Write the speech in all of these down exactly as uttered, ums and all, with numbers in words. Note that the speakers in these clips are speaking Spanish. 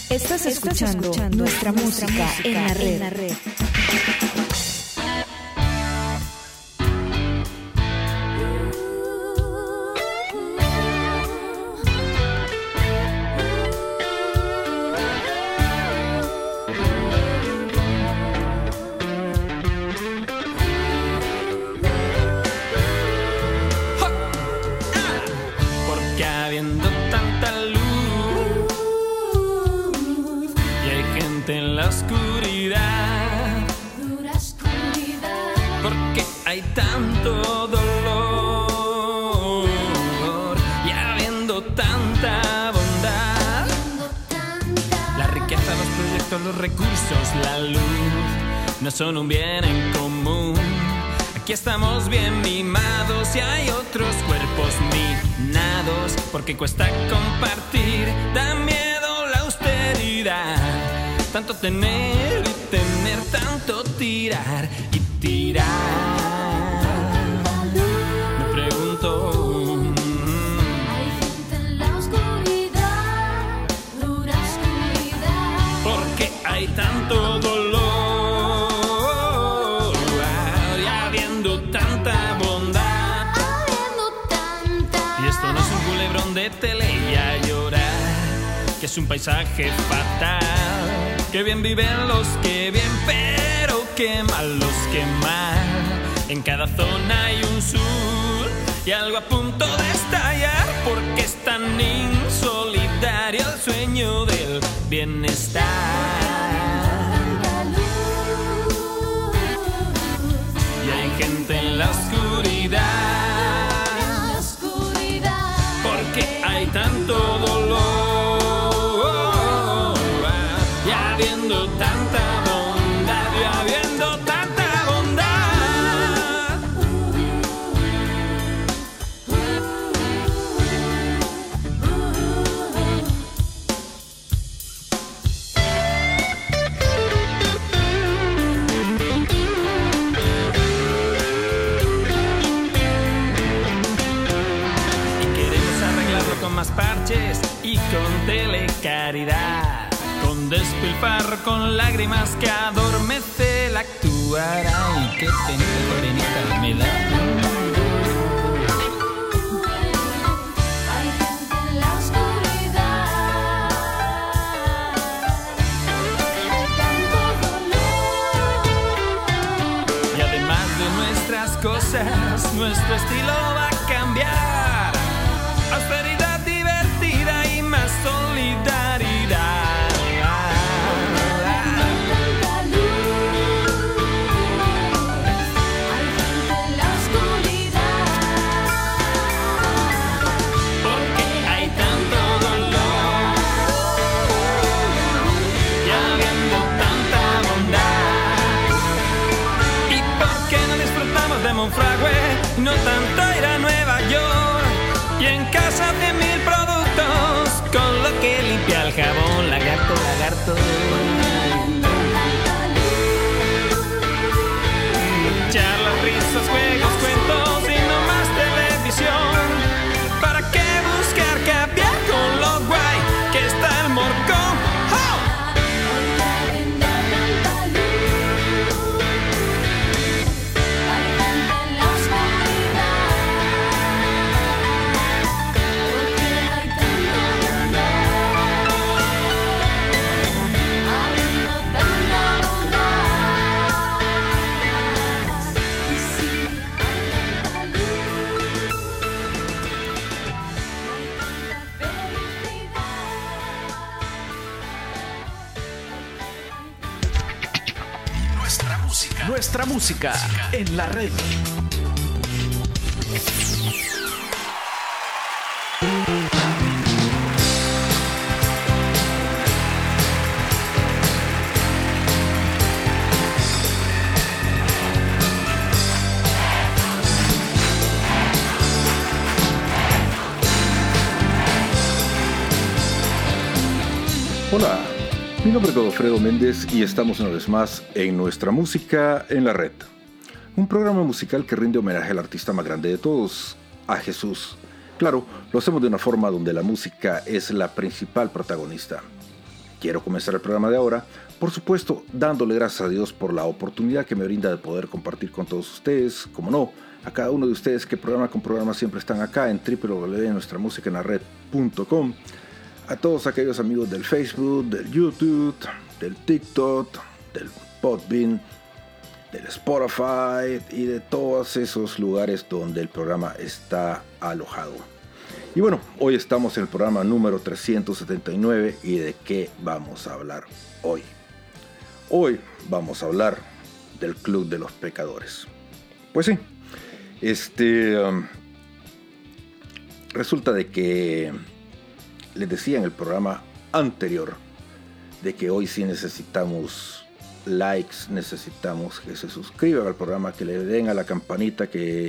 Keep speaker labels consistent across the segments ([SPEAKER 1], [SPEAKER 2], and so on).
[SPEAKER 1] Estás escuchando, escuchando nuestra, nuestra música, música en la red. En la red.
[SPEAKER 2] No son un bien en común. Aquí estamos bien mimados y hay otros cuerpos minados, porque cuesta compartir, da miedo la austeridad. Tanto tener y tener, tanto tirar y tirar. Me pregunto,
[SPEAKER 3] hay gente en la oscuridad, dura oscuridad.
[SPEAKER 2] ¿por qué hay tanto dolor? De tele y a llorar, que es un paisaje fatal, que bien viven los que bien, pero que mal los que mal. En cada zona hay un sur y algo a punto de estallar, porque es tan insolidario el sueño del bienestar. Y hay gente en la oscuridad. Hay tanto dolor y habiendo tanta bondad, y habiendo tanta bondad. Más parches y con telecaridad, con despilfarro, con lágrimas que adormece el actuar. Ay, qué penita, penita me da.
[SPEAKER 3] Hay gente en la oscuridad, hay tanto dolor.
[SPEAKER 2] Y además de nuestras cosas, nuestro estilo va a cambiar. Austeridad divertida y más solidaridad.
[SPEAKER 3] Tanta luz, hay gente en la oscuridad,
[SPEAKER 2] porque hay tanto dolor y habiendo tanta bondad. Y porque no disfrutamos de Monfragüe, no tanto ir a Nueva York. Y en casa de mil productos, con lo que limpia el jabón, lagarto, lagarto. Charlas, risas, juegos, cuentos y no más televisión. ¿Para qué buscar cambiar con lo guay que está el morcón? ¡Oh!
[SPEAKER 4] Nuestra música en la red.
[SPEAKER 5] Hola, mi nombre es Godofredo Méndez y estamos una vez más en Nuestra Música en la Red, un programa musical que rinde homenaje al artista más grande de todos, a Jesús. Claro, lo hacemos de una forma donde la música es la principal protagonista. quiero comenzar el programa de ahora, por supuesto, dándole gracias a Dios por la oportunidad que me brinda de poder compartir con todos ustedes, como no, a cada uno de ustedes que programa con programa siempre están acá en w w w punto nuestra música en la red punto com, a todos aquellos amigos del Facebook, del YouTube, del TikTok, del Podbean, del Spotify y de todos esos lugares donde el programa está alojado. Y bueno, hoy estamos en el programa número trescientos setenta y nueve y ¿de qué vamos a hablar hoy? Hoy vamos a hablar del Club de los Pecadores. Pues sí, este um, resulta de que les decía en el programa anterior de que hoy sí necesitamos likes, necesitamos que se suscriban al programa, que le den a la campanita, que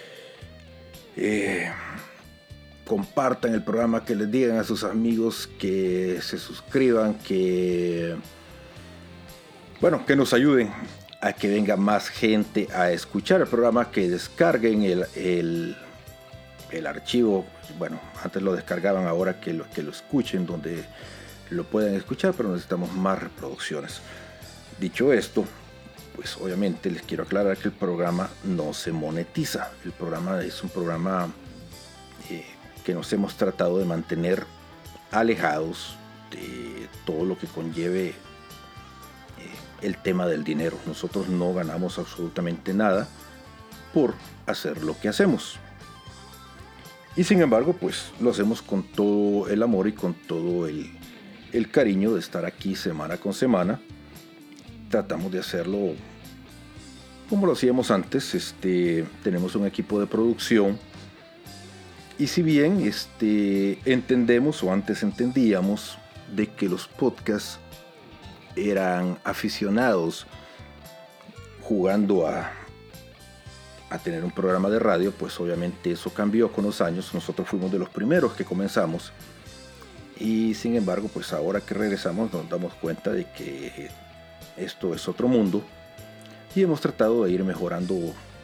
[SPEAKER 5] eh, compartan el programa, que les digan a sus amigos que se suscriban, que bueno, que nos ayuden a que venga más gente a escuchar el programa, que descarguen el, el, el archivo. Bueno, antes lo descargaban, ahora que lo, que lo escuchen donde lo puedan escuchar, pero necesitamos más reproducciones. Dicho esto, pues obviamente les quiero aclarar que el programa no se monetiza. El programa es un programa eh, que nos hemos tratado de mantener alejados de todo lo que conlleve eh, el tema del dinero. Nosotros no ganamos absolutamente nada por hacer lo que hacemos. Y sin embargo, pues lo hacemos con todo el amor y con todo el, el cariño de estar aquí semana con semana. Tratamos de hacerlo como lo hacíamos antes. Este, tenemos un equipo de producción y si bien este, entendemos o antes entendíamos de que los podcasts eran aficionados jugando a, a tener un programa de radio, pues obviamente eso cambió con los años. Nosotros fuimos de los primeros que comenzamos y sin embargo, pues ahora que regresamos nos damos cuenta de que esto es otro mundo y hemos tratado de ir mejorando,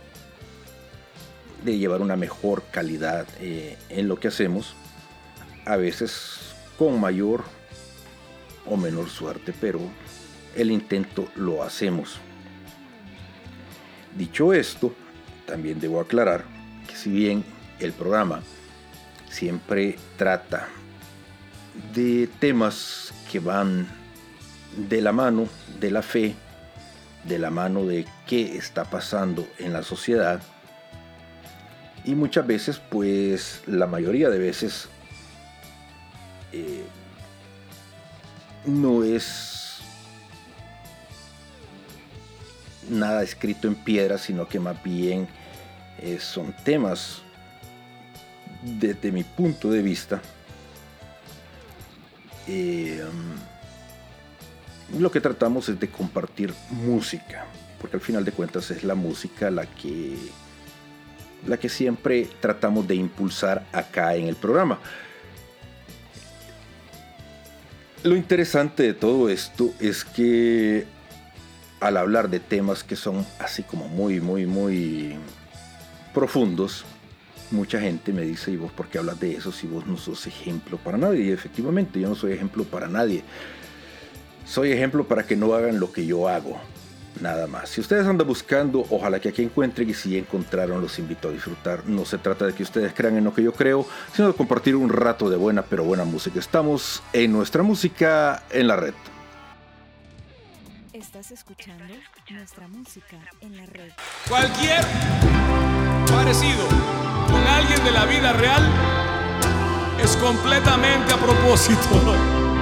[SPEAKER 5] de llevar una mejor calidad eh, en lo que hacemos, a veces con mayor o menor suerte, pero el intento lo hacemos. Dicho esto, también debo aclarar que si bien el programa siempre trata de temas que van de la mano de la fe, de la mano de qué está pasando en la sociedad, y muchas veces, pues la mayoría de veces eh, no es nada escrito en piedra, sino que más bien eh, son temas desde mi punto de vista eh, lo que tratamos es de compartir música, porque al final de cuentas es la música la que, la que siempre tratamos de impulsar acá en el programa. Lo interesante de todo esto es que al hablar de temas que son así como muy, muy, muy profundos, mucha gente me dice: ¿y vos por qué hablas de eso si vos no sos ejemplo para nadie? Y efectivamente, yo no soy ejemplo para nadie. Soy ejemplo para que no hagan lo que yo hago, nada más. Si ustedes andan buscando, ojalá que aquí encuentren, y si encontraron, los invito a disfrutar. No se trata de que ustedes crean en lo que yo creo, sino de compartir un rato de buena, pero buena música. Estamos en Nuestra Música en la Red.
[SPEAKER 1] Estás escuchando Nuestra Música en la Red.
[SPEAKER 6] Cualquier parecido con alguien de la vida real es completamente a propósito.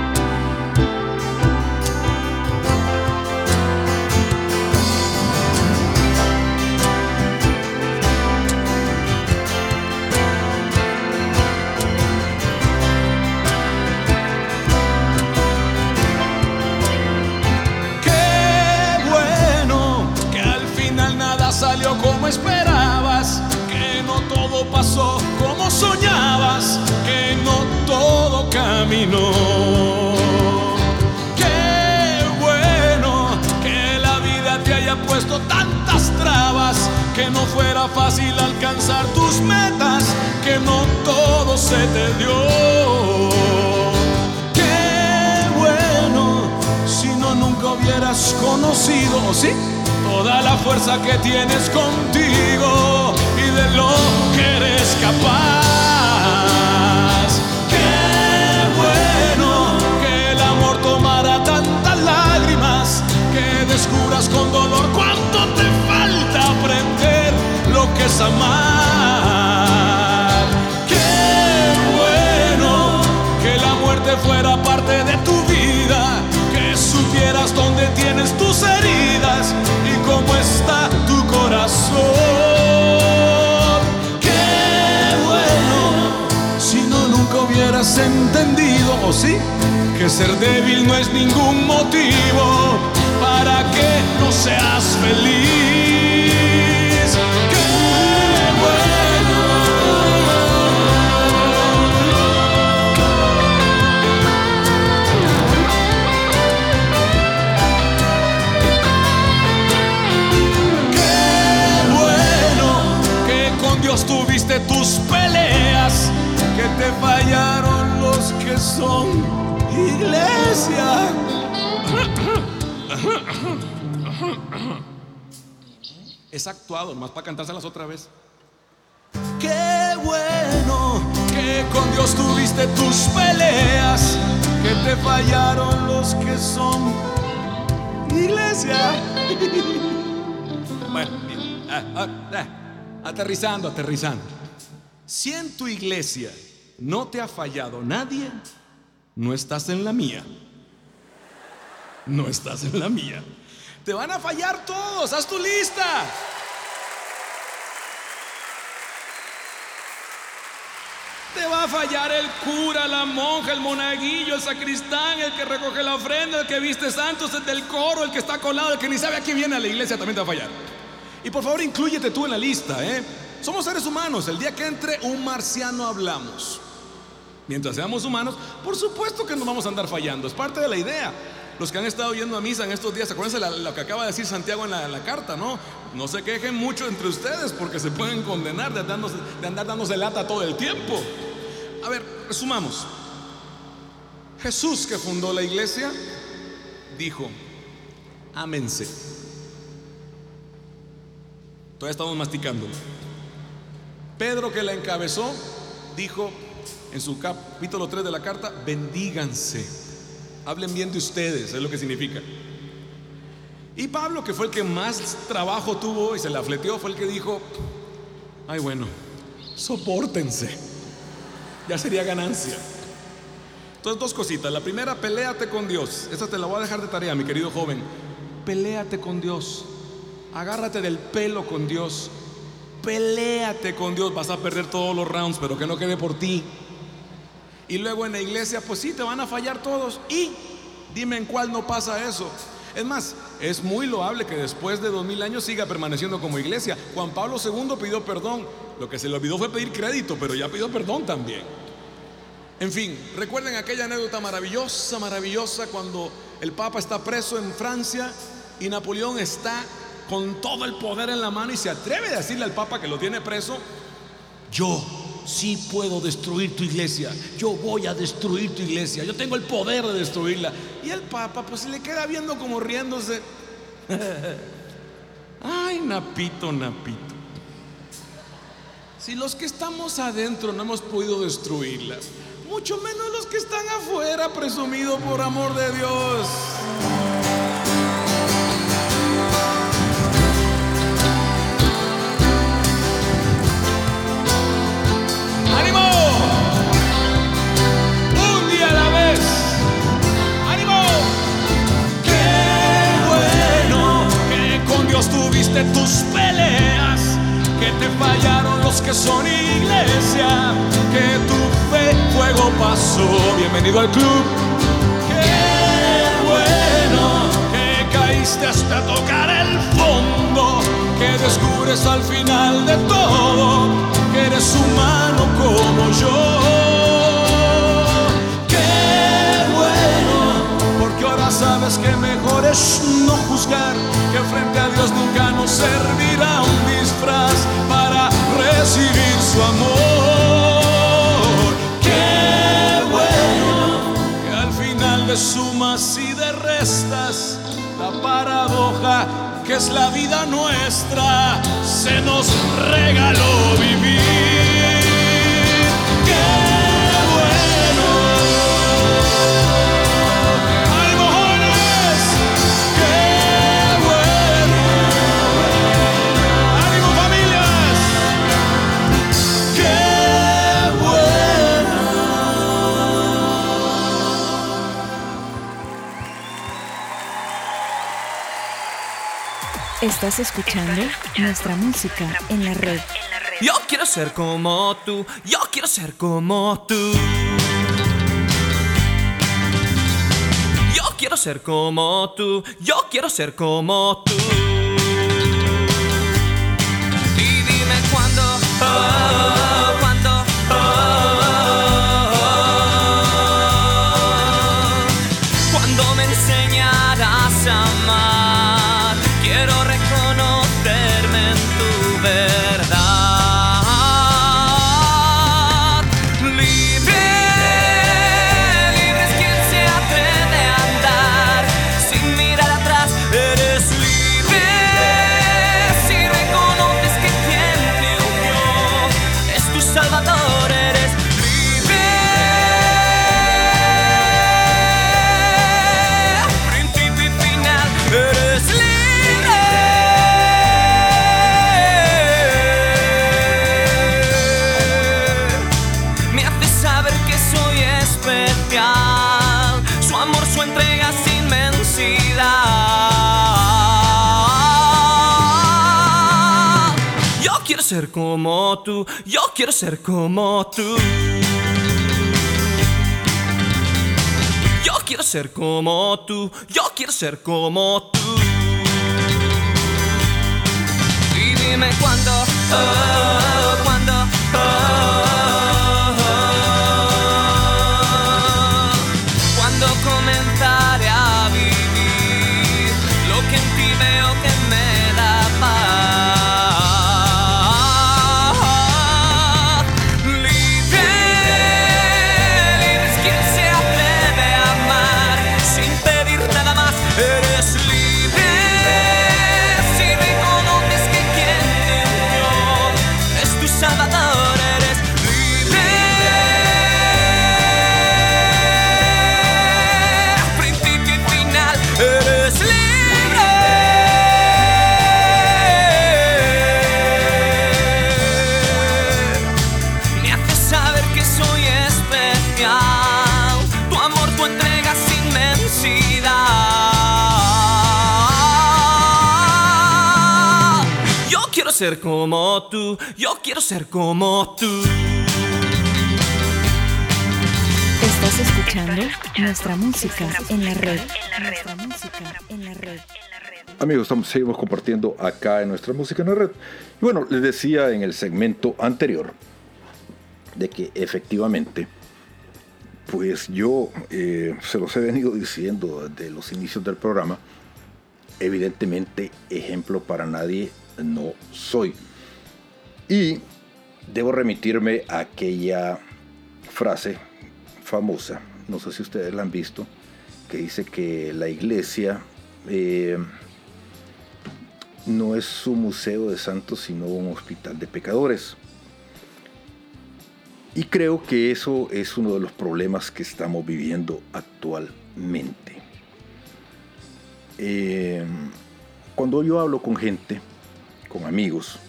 [SPEAKER 6] Salió como esperabas, que no todo pasó como soñabas, que no todo caminó. Qué bueno que la vida te haya puesto tantas trabas, que no fuera fácil alcanzar tus metas, que no todo se te dio. Qué bueno hubieras conocido, ¿sí?, toda la fuerza que tienes contigo y de lo que eres capaz. Qué bueno que el amor tomara tantas lágrimas, que descubras con dolor cuánto te falta aprender lo que es amar. Qué bueno que la muerte fuera parte de tu vida, que supieras dónde tienes tus heridas y cómo está tu corazón. Qué bueno si no nunca hubieras entendido, ¿o sí?, que ser débil no es ningún motivo para que no seas feliz. Qué bueno. Qué bueno que con Dios tuviste tus peleas, que te fallaron los que son iglesia. Es actuado, más para cantárselas otra vez. Qué bueno que con Dios tuviste tus peleas, que te fallaron los que son iglesia. Bueno, ah, ah, ah, aterrizando, aterrizando. Si en tu iglesia no te ha fallado nadie, no estás en la mía. No estás en la mía. Te van a fallar todos. Haz tu lista. Te va a fallar el cura, la monja, el monaguillo, el sacristán, el que recoge la ofrenda, el que viste santos, el del coro, el que está colado, el que ni sabe a quién viene a la iglesia, también te va a fallar. Y por favor, inclúyete tú en la lista, ¿eh? Somos seres humanos. El día que entre un marciano hablamos. Mientras seamos humanos, por supuesto que nos vamos a andar fallando. Es parte de la idea. Los que han estado yendo a misa en estos días, acuérdense la, lo que acaba de decir Santiago en la, en la carta, ¿no? No se quejen mucho entre ustedes porque se pueden condenar de, darnos, de andar dándose lata todo el tiempo. A ver, resumamos. Jesús, que fundó la iglesia, dijo: ámense. Todavía estamos masticando. Pedro, que la encabezó, dijo en su capítulo tres de la carta: bendíganse, hablen bien de ustedes, es lo que significa. Y Pablo, que fue el que más trabajo tuvo y se la fleteó, fue el que dijo: ay, bueno, sopórtense, ya sería ganancia. Entonces, dos cositas. La primera, peléate con Dios. Esta te la voy a dejar de tarea, mi querido joven. Peléate con Dios. Agárrate del pelo con Dios. Peléate con Dios. Vas a perder todos los rounds, pero que no quede por ti. Y luego en la iglesia, pues sí, te van a fallar todos. Y dime en cuál no pasa eso. Es más, es muy loable que después de dos mil años siga permaneciendo como iglesia. Juan Pablo segundo pidió perdón. Lo que se le olvidó fue pedir crédito, pero ya pidió perdón también. En fin, recuerden aquella anécdota maravillosa, maravillosa, cuando el Papa está preso en Francia y Napoleón está con todo el poder en la mano y se atreve a decirle al Papa que lo tiene preso: yo sí puedo destruir tu iglesia, yo voy a destruir tu iglesia, yo tengo el poder de destruirla. Y el Papa pues se le queda viendo como riéndose. Ay, Napito, Napito, si los que estamos adentro no hemos podido destruirla, mucho menos los que están afuera, presumido por amor de Dios. ¡Ánimo! Un día a la vez. ¡Ánimo! ¡Qué bueno que con Dios tuviste tus peleas, que te fallaron los que son iglesia, que tu fe fuego pasó! Bienvenido al club. ¡Qué bueno que caíste hasta tocar el fondo, que descubres al final de todo que eres humano como yo! ¡Qué bueno! Porque ahora sabes que mejor es no juzgar, que frente a Dios nunca nos servirá un disfraz para recibir su amor. ¡Qué bueno! Que al final de sumas y de restas la paradoja que es la vida nuestra, se nos regaló vivir. ¡Qué bueno! ¡Ánimo, jóvenes! ¡Qué bueno! ¡Ánimo, familias! ¡Qué bueno!
[SPEAKER 1] Estás escuchando nuestra música en la red.
[SPEAKER 2] Yo quiero ser como tú, yo quiero ser como tú. Yo quiero ser como tú, yo quiero ser como tú. Y dime cuándo, oh, cuándo, oh, cuándo me enseñarás a amar. Quiero reconocerme en tu verdad. Libre, libre es quien se atreve a andar sin mirar atrás. Eres libre si reconoces que quien te unió es tu salvador. Eres libre, principio y final. Eres libre. Su amor, su entrega es inmensidad. Yo quiero ser como tú, yo quiero ser como tú. Yo quiero ser como tú, yo quiero ser como tú. Y dime cuándo, oh, cuándo, oh. Comenzaré a vivir lo que en ti veo que me da paz. Libre, libre es quien se atreve a amar sin pedir nada más. Eres libre si reconoces que quien te unió es tu salvador. Eres libre. Eres libre. Me haces saber que soy especial. Tu amor, tu entrega es inmensidad. Yo quiero ser como tú, yo quiero ser como tú.
[SPEAKER 1] Estás escuchando nuestra música en la red. Nuestra música en la red.
[SPEAKER 5] Amigos, estamos, seguimos compartiendo acá en nuestra música en la red. Y bueno, les decía en el segmento anterior de que efectivamente, pues yo eh, se los he venido diciendo desde los inicios del programa, evidentemente ejemplo para nadie no soy. Y debo remitirme a aquella frase famosa, no sé si ustedes la han visto, que dice que la iglesia eh, no es un museo de santos, sino un hospital de pecadores. Y creo que eso es uno de los problemas que estamos viviendo actualmente. Eh, cuando yo hablo con gente, con amigos,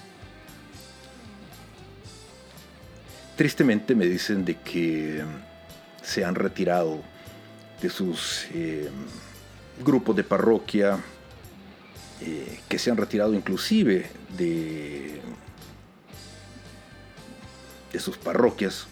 [SPEAKER 5] tristemente me dicen de que se han retirado de sus eh, grupos de parroquia, eh, que se han retirado inclusive de, de sus parroquias,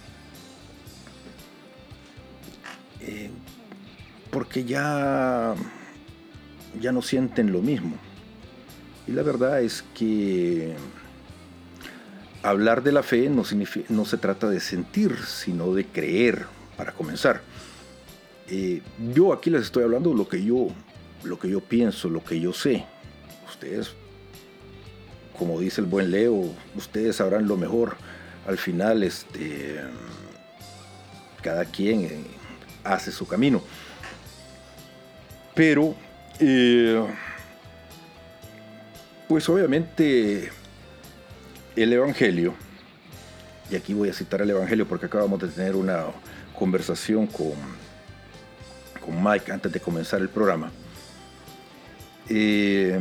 [SPEAKER 5] eh, porque ya, ya no sienten lo mismo. Y la verdad es que hablar de la fe no, significa, no se trata de sentir, sino de creer, para comenzar. Eh, yo aquí les estoy hablando lo que yo, lo que yo pienso, lo que yo sé. Ustedes, como dice el buen Leo, ustedes sabrán lo mejor. Al final, este, cada quien eh, hace su camino. Pero Eh, pues obviamente el Evangelio, y aquí voy a citar el Evangelio porque acabamos de tener una conversación con, con Mike antes de comenzar el programa. Eh,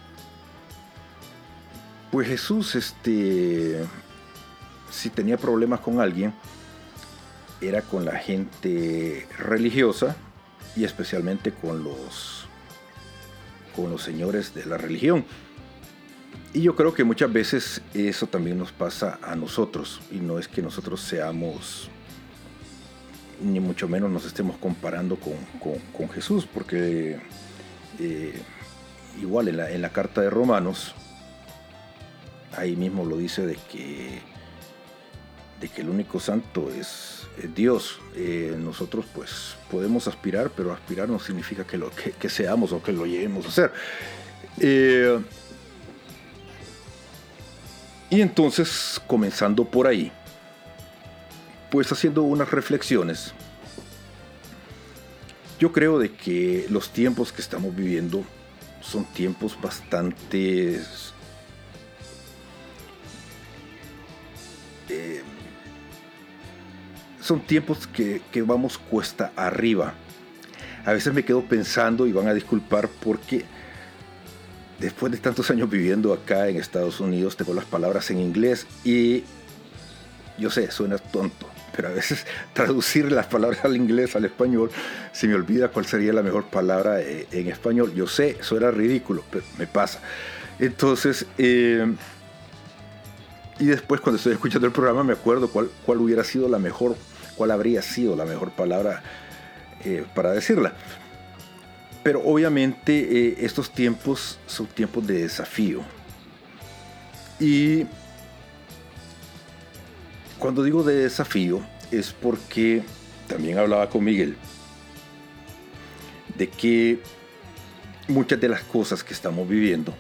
[SPEAKER 5] pues Jesús, este, si tenía problemas con alguien, era con la gente religiosa y especialmente con los, con los señores de la religión. Y yo creo que muchas veces eso también nos pasa a nosotros, y no es que nosotros seamos, ni mucho menos nos estemos comparando con, con, con Jesús, porque eh, igual en la, en la carta de Romanos, ahí mismo lo dice de que, de que el único santo es, es Dios. Eh, nosotros pues podemos aspirar, pero aspirar no significa que, lo, que, que seamos o que lo lleguemos a hacer. Eh, y entonces, comenzando por ahí, pues haciendo unas reflexiones, yo creo de que los tiempos que estamos viviendo son tiempos bastante eh, son tiempos que, que vamos cuesta arriba. A veces me quedo pensando, y van a disculpar porque después de tantos años viviendo acá en Estados Unidos, tengo las palabras en inglés y yo sé, suena tonto, pero a veces traducir las palabras al inglés, al español, se me olvida cuál sería la mejor palabra en español. Yo sé, suena ridículo, pero me pasa. Entonces, eh, y después cuando estoy escuchando el programa me acuerdo cuál, cuál hubiera sido la mejor, cuál habría sido la mejor palabra eh, para decirla. Pero obviamente eh, estos tiempos son tiempos de desafío. Y cuando digo de desafío es porque también hablaba con Miguel de que muchas de las cosas que estamos viviendo,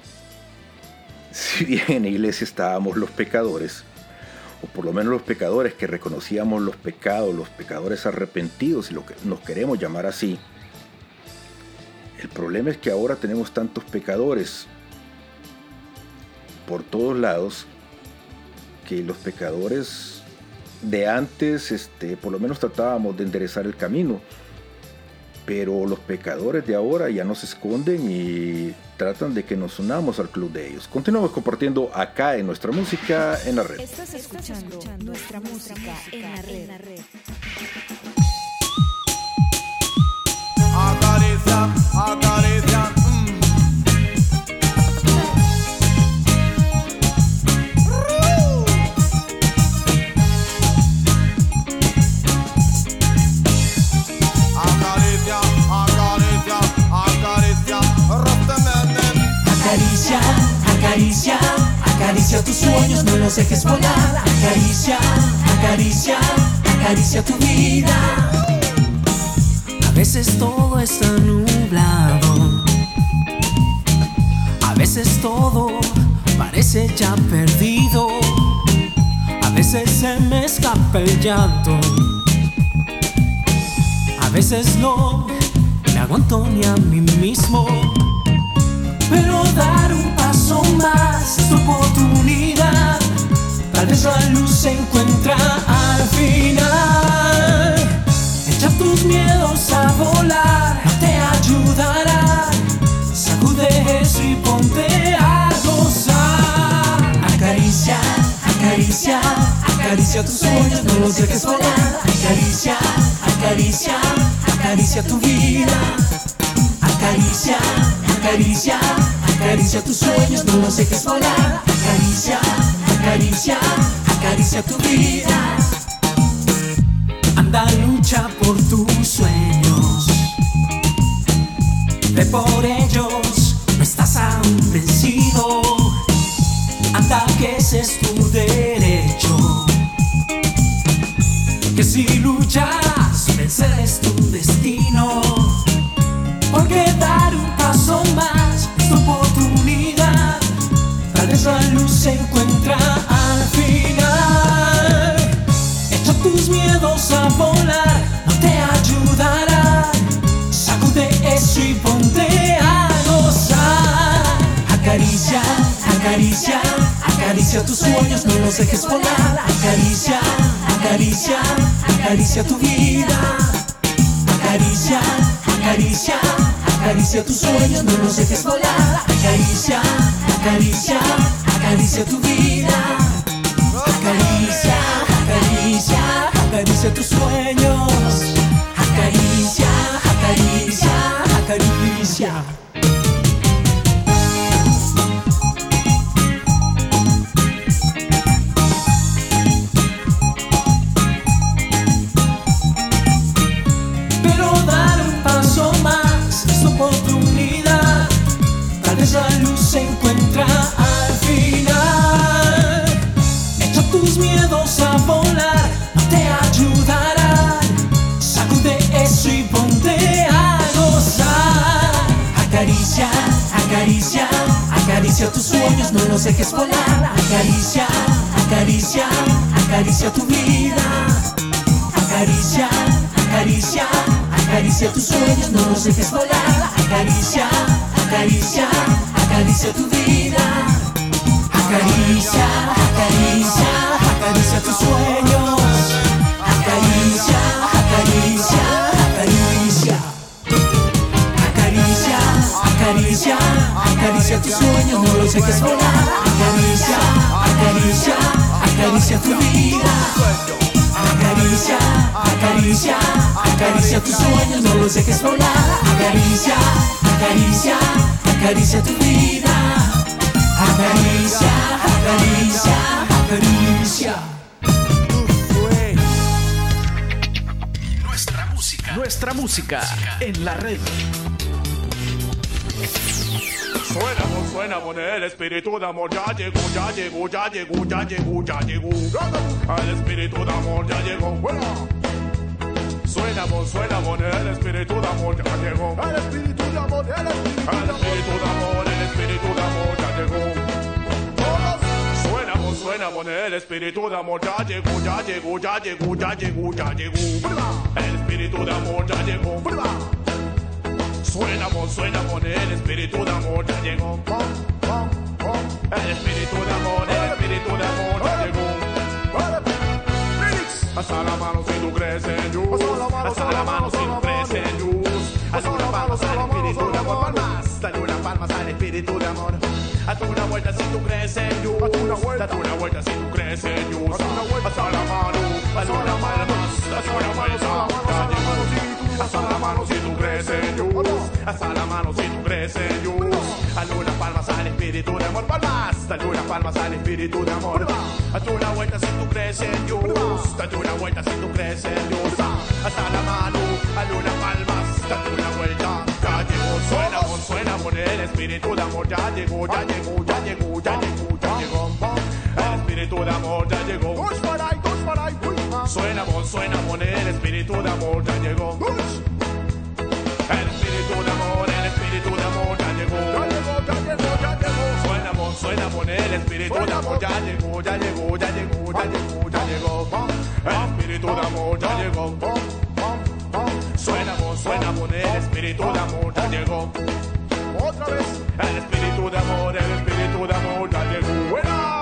[SPEAKER 5] si bien en la iglesia estábamos los pecadores, o por lo menos los pecadores que reconocíamos los pecados, los pecadores arrepentidos, y lo que nos queremos llamar así, el problema es que ahora tenemos tantos pecadores por todos lados que los pecadores de antes, este, por lo menos tratábamos de enderezar el camino, pero los pecadores de ahora ya nos esconden y tratan de que nos unamos al club de ellos. Continuamos compartiendo acá en Nuestra Música en la Red.
[SPEAKER 1] Estás escuchando Nuestra Música en la Red.
[SPEAKER 7] Acaricia, acaricia, mm. Acaricia, acaricia, acaricia,
[SPEAKER 8] acaricia, acaricia, acaricia tus sueños, no los dejes volar. Acaricia, acaricia, acaricia tu vida. A veces todo está nublado, a veces todo parece ya perdido, a veces se me escapa el llanto, a veces no me aguanto ni a mí mismo, pero dar un paso más es tu oportunidad, tal vez la luz se encuentra al final. Echa tus miedos a volar, no te ayudará. Sacude eso y ponte a gozar. Acaricia, acaricia, acaricia tus sueños, no los dejes volar. Acaricia, acaricia, acaricia tu vida. Acaricia, acaricia, acaricia tus sueños, no los dejes volar. Acaricia, acaricia, acaricia tu vida. Anda, lucha por tus sueños, ve por ellos, no estás aún vencido. Anda, que ese es tu derecho, que si luchas, vencer es tu destino. Porque dar un paso más es tu oportunidad, tal vez la luz se encuentra al final. Echa tus miedos a volar, no te ayudará. Sacude eso y ponte acaricia tus sueños, no los dejes volar. Acaricia, acaricia, acaricia tu vida. Acaricia, acaricia, acaricia tus sueños, no los dejes volar. Acaricia, acaricia, acaricia tu vida. Acaricia, acaricia, acaricia tus sueños. Acaricia, acaricia, acaricia. Pero dar un paso más es tu oportunidad. Tal vez la luz se encuentra al final. Echa tus miedos a volar, no te ayudarán. Sacude eso y ponte a gozar. Acaricia, acaricia, acaricia tus sueños, no los dejes volar. Acaricia, acaricia, acaricia tu vida. Acaricia, acaricia, acaricia tus sueños, no los dejes volar. Acaricia, acaricia, acaricia tu vida. Acaricia, acaricia, acaricia tus sueños. Acaricia, acaricia, acaricia. Acaricia, acaricia, acaricia tus sueños, no los dejes volar. Acaricia, acaricia, acaricia tu vida. Acaricia, acaricia, acaricia tus sueños, no los dejes volar. Acaricia, acaricia, acaricia tu vida. Acaricia, acaricia, acaricia.
[SPEAKER 4] Nuestra música. Nuestra música en la red.
[SPEAKER 7] Suena, mon, suena, mon, el espíritu de amor ya llegó, ya llegó, ya llegó, ya llegó, ya llegó. El espíritu de amor ya llegó. Suena, mon, suena, mon, el espíritu de amor ya llegó. El espíritu de amor, el espíritu de amor, el espíritu de amor ya llegó. Suena, mon, suena, mon, el espíritu de amor ya llegó, ya llegó, ya llegó, ya llegó, ya llegó. El espíritu de amor ya llegó. Suena, mon, suena, mon, el espíritu de amor ya llegó. El espíritu de amor, el espíritu de amor ya llegó. Alza la mano si tú crees en Dios. Alza la mano si tú crees en Dios. Haz una palma al espíritu de amor. Palmas, dale una palma al espíritu de amor. Haz una vuelta si tú crees en Dios. Date una vuelta si tú crees en Dios. Alza la mano, haz una palma, haz una vuelta. Alza la mano si tú crees en Dios. Alza la mano si tú crees en Dios. Haz una palma al espíritu de amor. Palmas, dale una palma al espíritu de amor. Haz una vuelta si tú crees en Dios. Date una vuelta si tú crees en Dios. Alza la mano, haz una palma, date una vuelta. Ya llegó, suena, mon, suena, mon, el espíritu de amor ya llegó, ya llegó, ya llegó, ya llegó, ya llegó. El espíritu de amor ya llegó. Suena, mon, suena, mon, el espíritu de amor ya llegó. El espíritu de amor, el espíritu de amor ya llegó. Ya llegó, ya llegó, ya llegó. Suena, mon, suena, mon, el espíritu de amor ya llegó, ya llegó, ya llegó, ya llegó, ya llegó. El espíritu de amor ya llegó. Suena, mon, suena, mon, el espíritu de amor ya llegó. Otra vez. El espíritu de amor, el espíritu de amor ya llegó. Buena.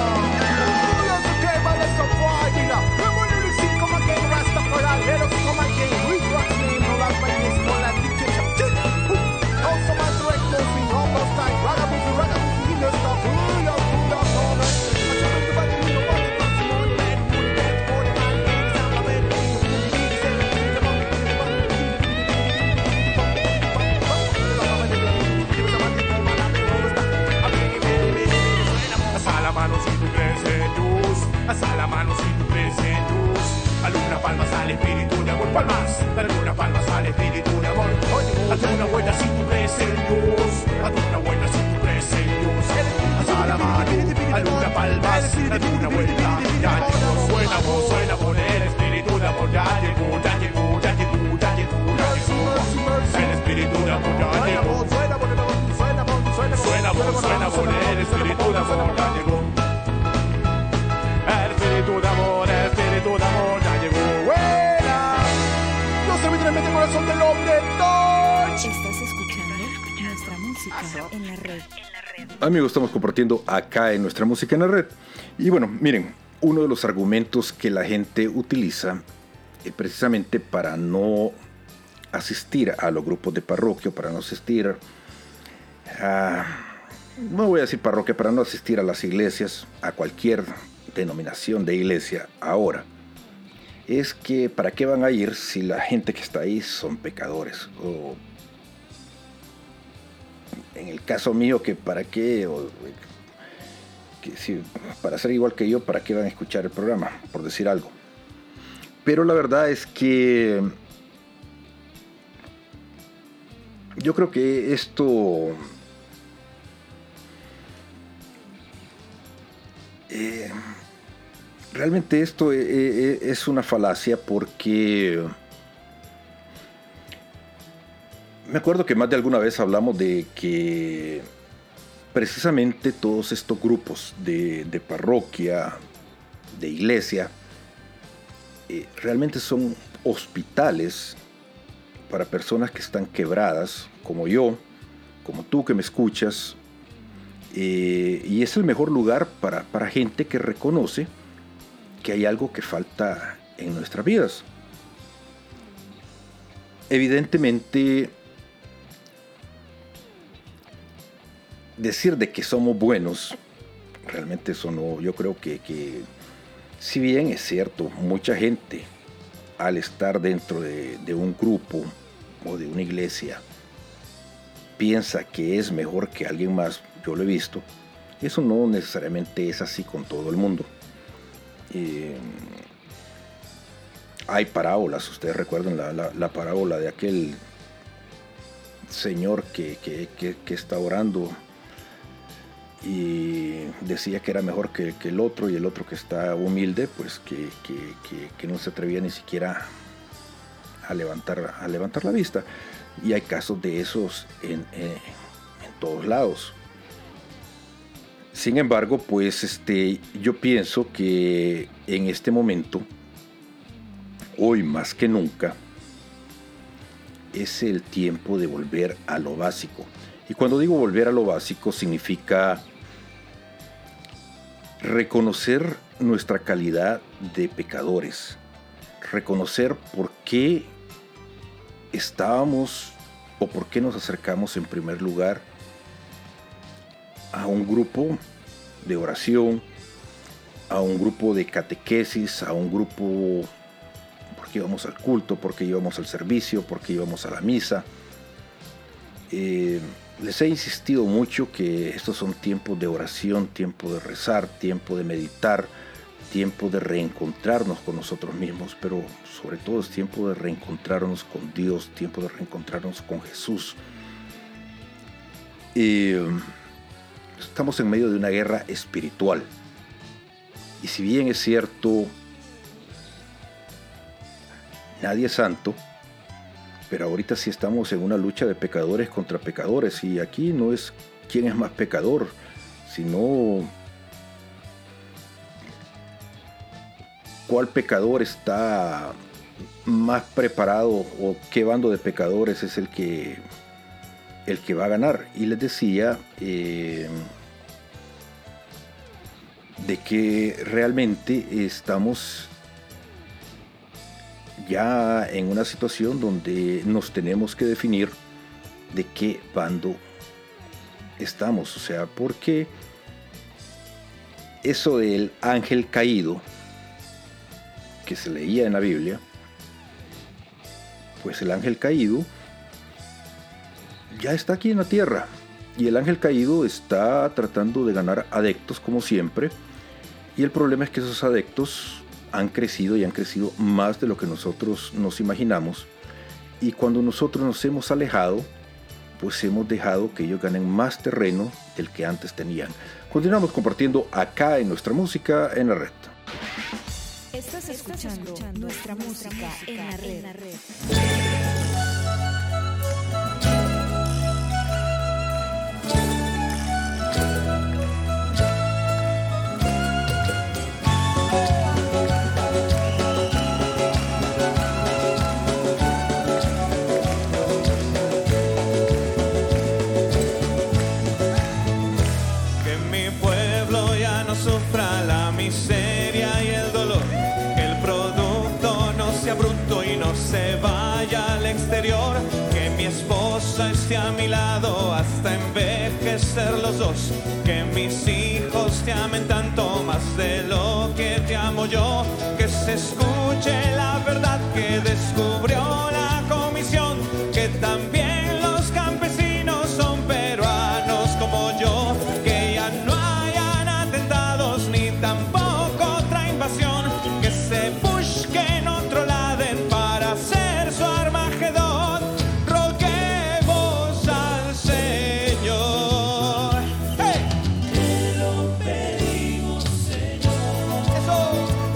[SPEAKER 7] Alza la mano si tú crees en Dios. Haz una palma al espíritu de amor. Palmas, dale una palma al espíritu de amor. Haz una vuelta si tú crees en Dios. Haz una vuelta si tú crees en Dios. Alza la mano, haz una palma, dale una vuelta. Ya llegó, suena, vos, suena, por el espíritu de amor. Ya llegó, ya llegó, ya llegó, ya llegó, ya llegó. El espíritu de amor ya llegó. Suena, vos, suena, por el espíritu de amor. Ya llegó. El espíritu de amor, el espíritu de amor ya llegó. ¡Buena! Yo soy mi tremendo corazón del hombre. ¡Touch!
[SPEAKER 1] Estás escuchando nuestra música en la red.
[SPEAKER 5] Amigos, estamos compartiendo acá en Nuestra Música en la Red. Y bueno, miren, uno de los argumentos que la gente utiliza eh, precisamente para no asistir a los grupos de parroquia, para no asistir a, no voy a decir parroquia, para no asistir a las iglesias, a cualquier denominación de iglesia ahora, es que ¿para qué van a ir si la gente que está ahí son pecadores? O en el caso mío, que para qué, o, que si, para ser igual que yo, ¿para qué van a escuchar el programa? Por decir algo. Pero la verdad es que yo creo que esto eh, realmente esto es una falacia, porque me acuerdo que más de alguna vez hablamos de que precisamente todos estos grupos de, de parroquia, de iglesia, eh, realmente son hospitales para personas que están quebradas, como yo, como tú que me escuchas, eh, y es el mejor lugar para, para gente que reconoce que hay algo que falta en nuestras vidas. Evidentemente, decir de que somos buenos, realmente eso no, yo creo que, que si bien es cierto, mucha gente al estar dentro de, de un grupo o de una iglesia piensa que es mejor que alguien más, yo lo he visto, eso no necesariamente es así con todo el mundo. Eh, hay parábolas, ustedes recuerdan la, la, la parábola de aquel señor que, que, que, que está orando y decía que era mejor que, que el otro, y el otro que está humilde, pues que, que, que, que no se atrevía ni siquiera a levantar, a levantar la vista. Y hay casos de esos en, en, en todos lados. Sin embargo, pues este, yo pienso que en este momento, hoy más que nunca, es el tiempo de volver a lo básico. Y cuando digo volver a lo básico, significa reconocer nuestra calidad de pecadores, reconocer por qué estábamos o por qué nos acercamos en primer lugar a un grupo de oración, a un grupo de catequesis, a un grupo porque íbamos al culto, porque íbamos al servicio, porque íbamos a la misa. Eh, les he insistido mucho que estos son tiempos de oración, tiempo de rezar, tiempo de meditar, tiempo de reencontrarnos con nosotros mismos, pero sobre todo es tiempo de reencontrarnos con Dios, tiempo de reencontrarnos con Jesús. Eh, estamos en medio de una guerra espiritual, y si bien es cierto, nadie es santo, pero ahorita sí estamos en una lucha de pecadores contra pecadores, y aquí no es quién es más pecador, sino cuál pecador está más preparado, o qué bando de pecadores es el que, el que va a ganar. Y les decía eh, de que realmente estamos ya en una situación donde nos tenemos que definir de qué bando estamos. O sea, porque eso del ángel caído que se leía en la Biblia, pues el ángel caído ya está aquí en la tierra, y el ángel caído está tratando de ganar adeptos como siempre, y el problema es que esos adeptos han crecido y han crecido más de lo que nosotros nos imaginamos, y cuando nosotros nos hemos alejado, pues hemos dejado que ellos ganen más terreno del que antes tenían. Continuamos compartiendo acá en Nuestra Música en la Red.
[SPEAKER 1] Estás escuchando Nuestra Música en la Red.
[SPEAKER 9] esposa esté a mi lado hasta envejecer los dos. Que mis hijos te amen tanto más de lo que te amo yo. Que se escuche la verdad que descubrió la comisión. Que también los campesinos son peruanos como yo. Que ya no hayan atentados ni tampoco otra invasión. Que se busquen otro laden para hacer su Armagedón. Roguemos al Señor. ¡Hey! Te lo pedimos, Señor. ¡Eso!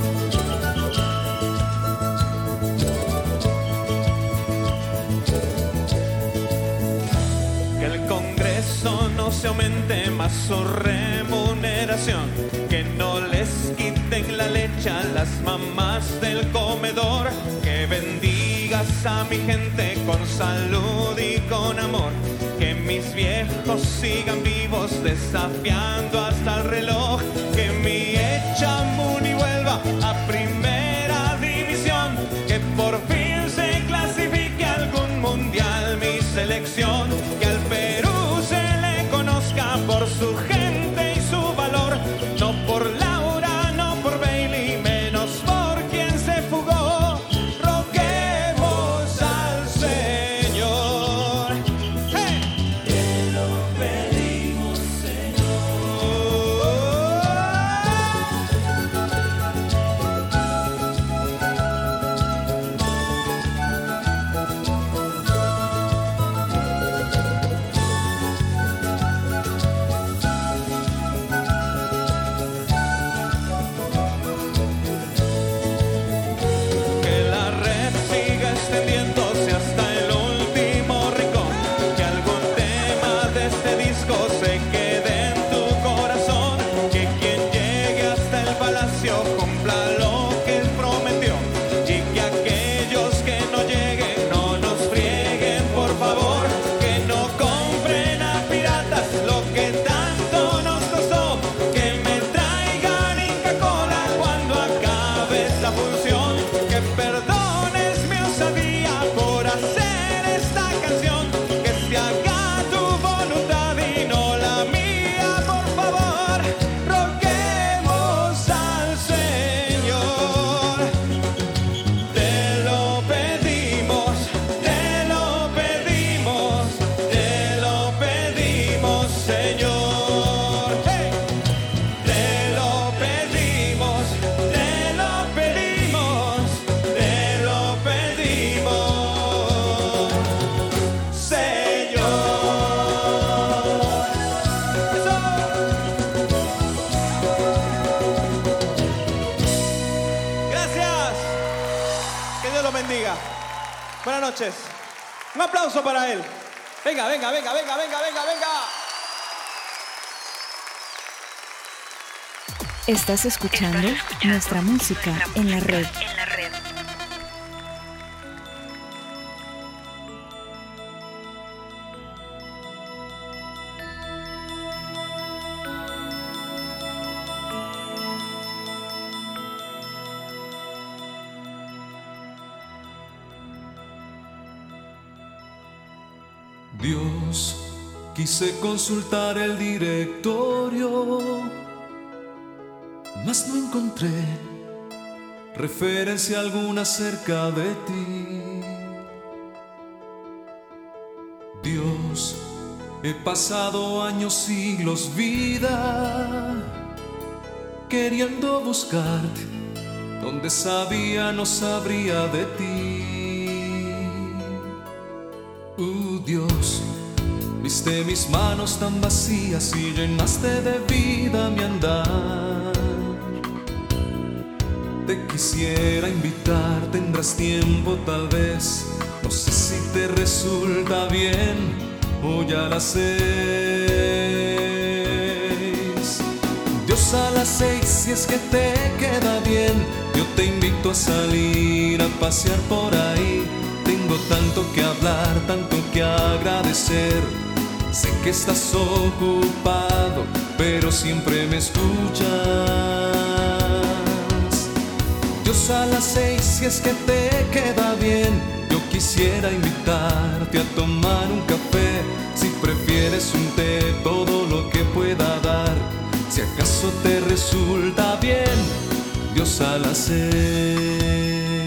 [SPEAKER 9] Que el Congreso no se aumente más su remuneración. Que no les quiten la leche a las mamás del comedor. Que bendigas a mi gente con salud y con amor. Que mis viejos sigan vivos desafiando hasta el reloj. Que mi Echamuni vuelva a primera división. Que por fin se clasifique a algún mundial mi selección. Que al Perú se le conozca por su gente y su valor. No por Laura, no por Bailey, menos por quien se fugó. Roguemos al Señor. ¡Hey! Te lo pedimos, que la red siga extendiéndose hasta el último rincón. Que algún tema de este disco se quede en tu corazón. Que quien llegue hasta el palacio cumpla lo que él prometió. Y que aquellos que no lleguen no nos frieguen, por favor. Que no compren a piratas lo que tanto nos costó. Que me traigan Inca Kola cuando acabe esta función. Que perdones mi osadía por hacer esta canción. Que se haga tu voluntad y no la mía, por favor. Roguemos al Señor. Te lo pedimos, te lo pedimos, te lo pedimos, Señor. ¡Hey! Te lo pedimos, te lo pedimos, te lo pedimos, Señor. ¡Eso! Gracias. Que Dios lo bendiga. Buenas noches. Un aplauso para él. Venga, venga, venga, venga, venga, venga, venga.
[SPEAKER 1] Estás escuchando nuestra música en la red.
[SPEAKER 8] Dios, quise consultar el directorio, mas no encontré referencia alguna acerca de ti. Dios, he pasado años, siglos, vida, queriendo buscarte, donde sabía no sabría de ti. Uh, Dios, viste mis manos tan vacías y llenaste de vida mi andar. Te quisiera invitar, tendrás tiempo tal vez. No sé si te resulta bien hoy a las seis. Dios, a las seis, si es que te queda bien, yo te invito a salir a pasear por ahí. Tengo tanto que hablar, tanto que agradecer. Sé que estás ocupado, pero siempre me escuchas. Dios, a las seis, si es que te queda bien, yo
[SPEAKER 9] quisiera invitarte a tomar un café. Si prefieres un té, todo lo que pueda dar. Si acaso te resulta bien, Dios a las seis.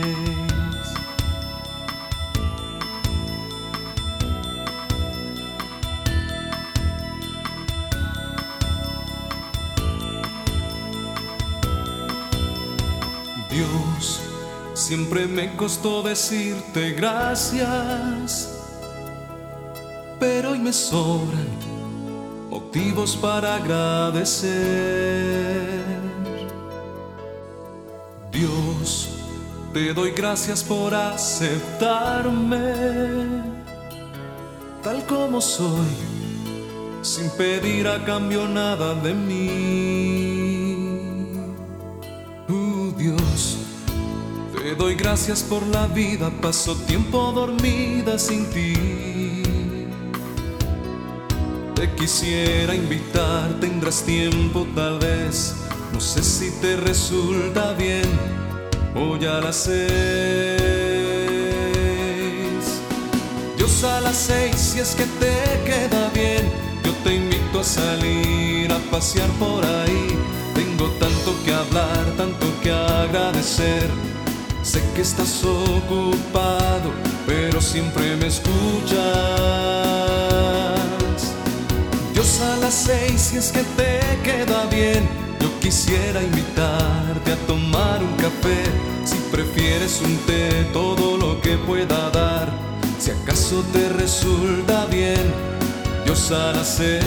[SPEAKER 9] Dios, siempre me costó decirte gracias, pero hoy me sobran motivos para agradecer. Dios, te doy gracias por aceptarme tal como soy, sin pedir a cambio nada de mí. Uh, Dios, te doy gracias por la vida, paso tiempo dormida sin ti. Te quisiera invitar, tendrás tiempo tal vez, no sé si te resulta bien, hoy a las seis. Dios a las seis, si es que te queda bien, yo te invito a salir a pasear por ahí. Tengo tanto que hablar, tanto que agradecer. Sé que estás ocupado, pero siempre me escuchas. Dios a las seis, si es que te queda bien, yo quisiera invitarte a tomar un café. Si prefieres un té, todo lo que pueda dar. Si acaso te resulta bien, Dios a las seis.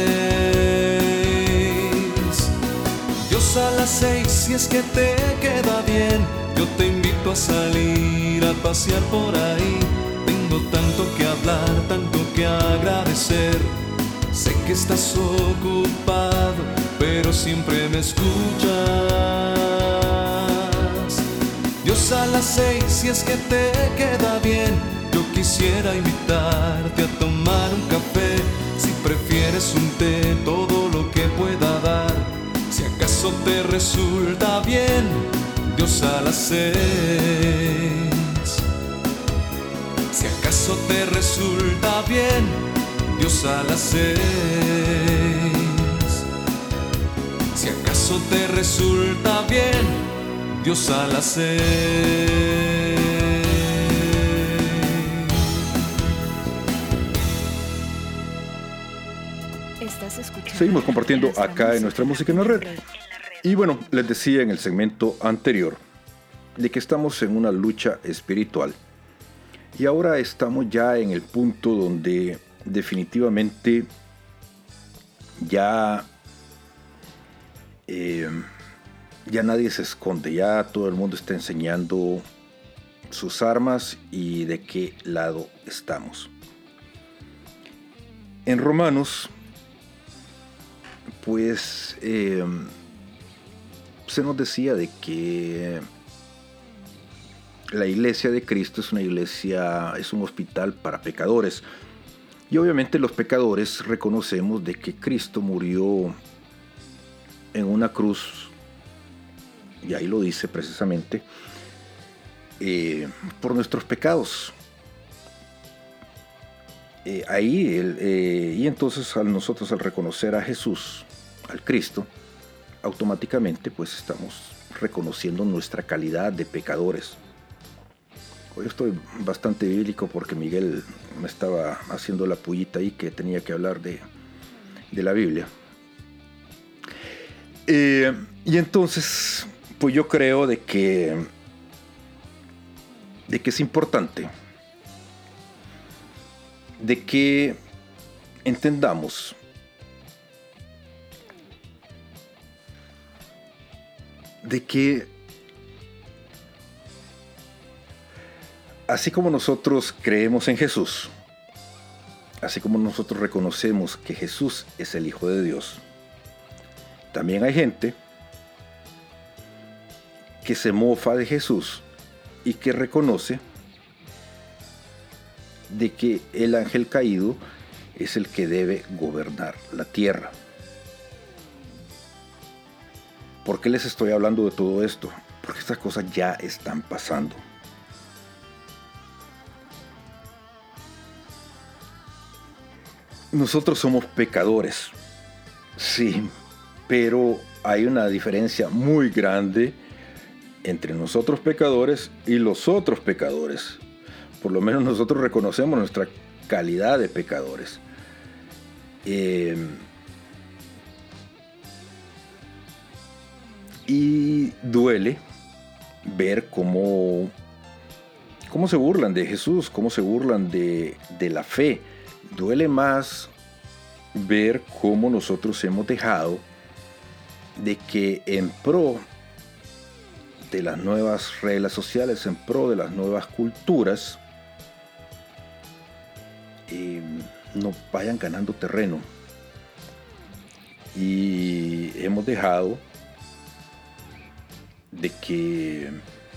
[SPEAKER 9] Dios a las seis, si es que te queda bien, yo te invito a salir a pasear por ahí. Tengo tanto que hablar, tanto que agradecer. Sé que estás ocupado, pero siempre me escuchas. Dios a las seis, si es que te queda bien, yo quisiera invitarte a tomar un café. Si prefieres un té, todo lo que pueda dar. Si acaso te resulta bien, Dios a las seis. Si acaso te resulta bien, Dios a las seis. Si acaso te resulta bien, Dios a las seis.
[SPEAKER 1] Estás escuchando.
[SPEAKER 5] Seguimos compartiendo
[SPEAKER 1] nuestra
[SPEAKER 5] acá en nuestra música en la red. Y bueno, les decía en el segmento anterior de que estamos en una lucha espiritual. Y ahora estamos ya en el punto donde definitivamente ya, eh, ya nadie se esconde, ya todo el mundo está enseñando sus armas y de qué lado estamos. En Romanos, pues eh, se nos decía de que la iglesia de Cristo es una iglesia, es un hospital para pecadores. Y obviamente los pecadores reconocemos de que Cristo murió en una cruz, y ahí lo dice precisamente, eh, por nuestros pecados. Eh, ahí, el, eh, y entonces al nosotros al reconocer a Jesús, al Cristo, automáticamente pues estamos reconociendo nuestra calidad de pecadores. Hoy estoy bastante bíblico porque Miguel me estaba haciendo la pullita ahí que tenía que hablar de, de la Biblia. Eh, y entonces, pues yo creo de que, de que es importante de que entendamos de que así como nosotros creemos en Jesús, así como nosotros reconocemos que Jesús es el Hijo de Dios, también hay gente que se mofa de Jesús y que reconoce de que el ángel caído es el que debe gobernar la tierra. ¿Por qué les estoy hablando de todo esto? Porque estas cosas ya están pasando. nosotros somos pecadores, sí, pero hay una diferencia muy grande entre nosotros pecadores y los otros pecadores. Por lo menos nosotros reconocemos nuestra calidad de pecadores. Eh, y duele ver cómo, cómo se burlan de Jesús, cómo se burlan de, de la fe. Duele más ver cómo nosotros hemos dejado de que en pro de las nuevas reglas sociales, en pro de las nuevas culturas, eh, no vayan ganando terreno. Y hemos dejado de que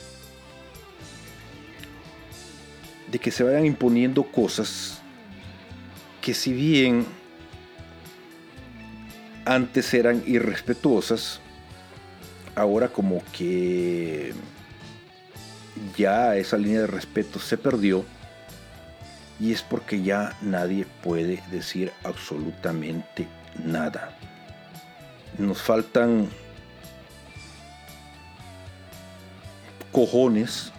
[SPEAKER 5] de que se vayan imponiendo cosas que, si bien antes eran irrespetuosas, ahora como que ya esa línea de respeto se perdió, y es porque ya nadie puede decir absolutamente nada. Nos faltan cojones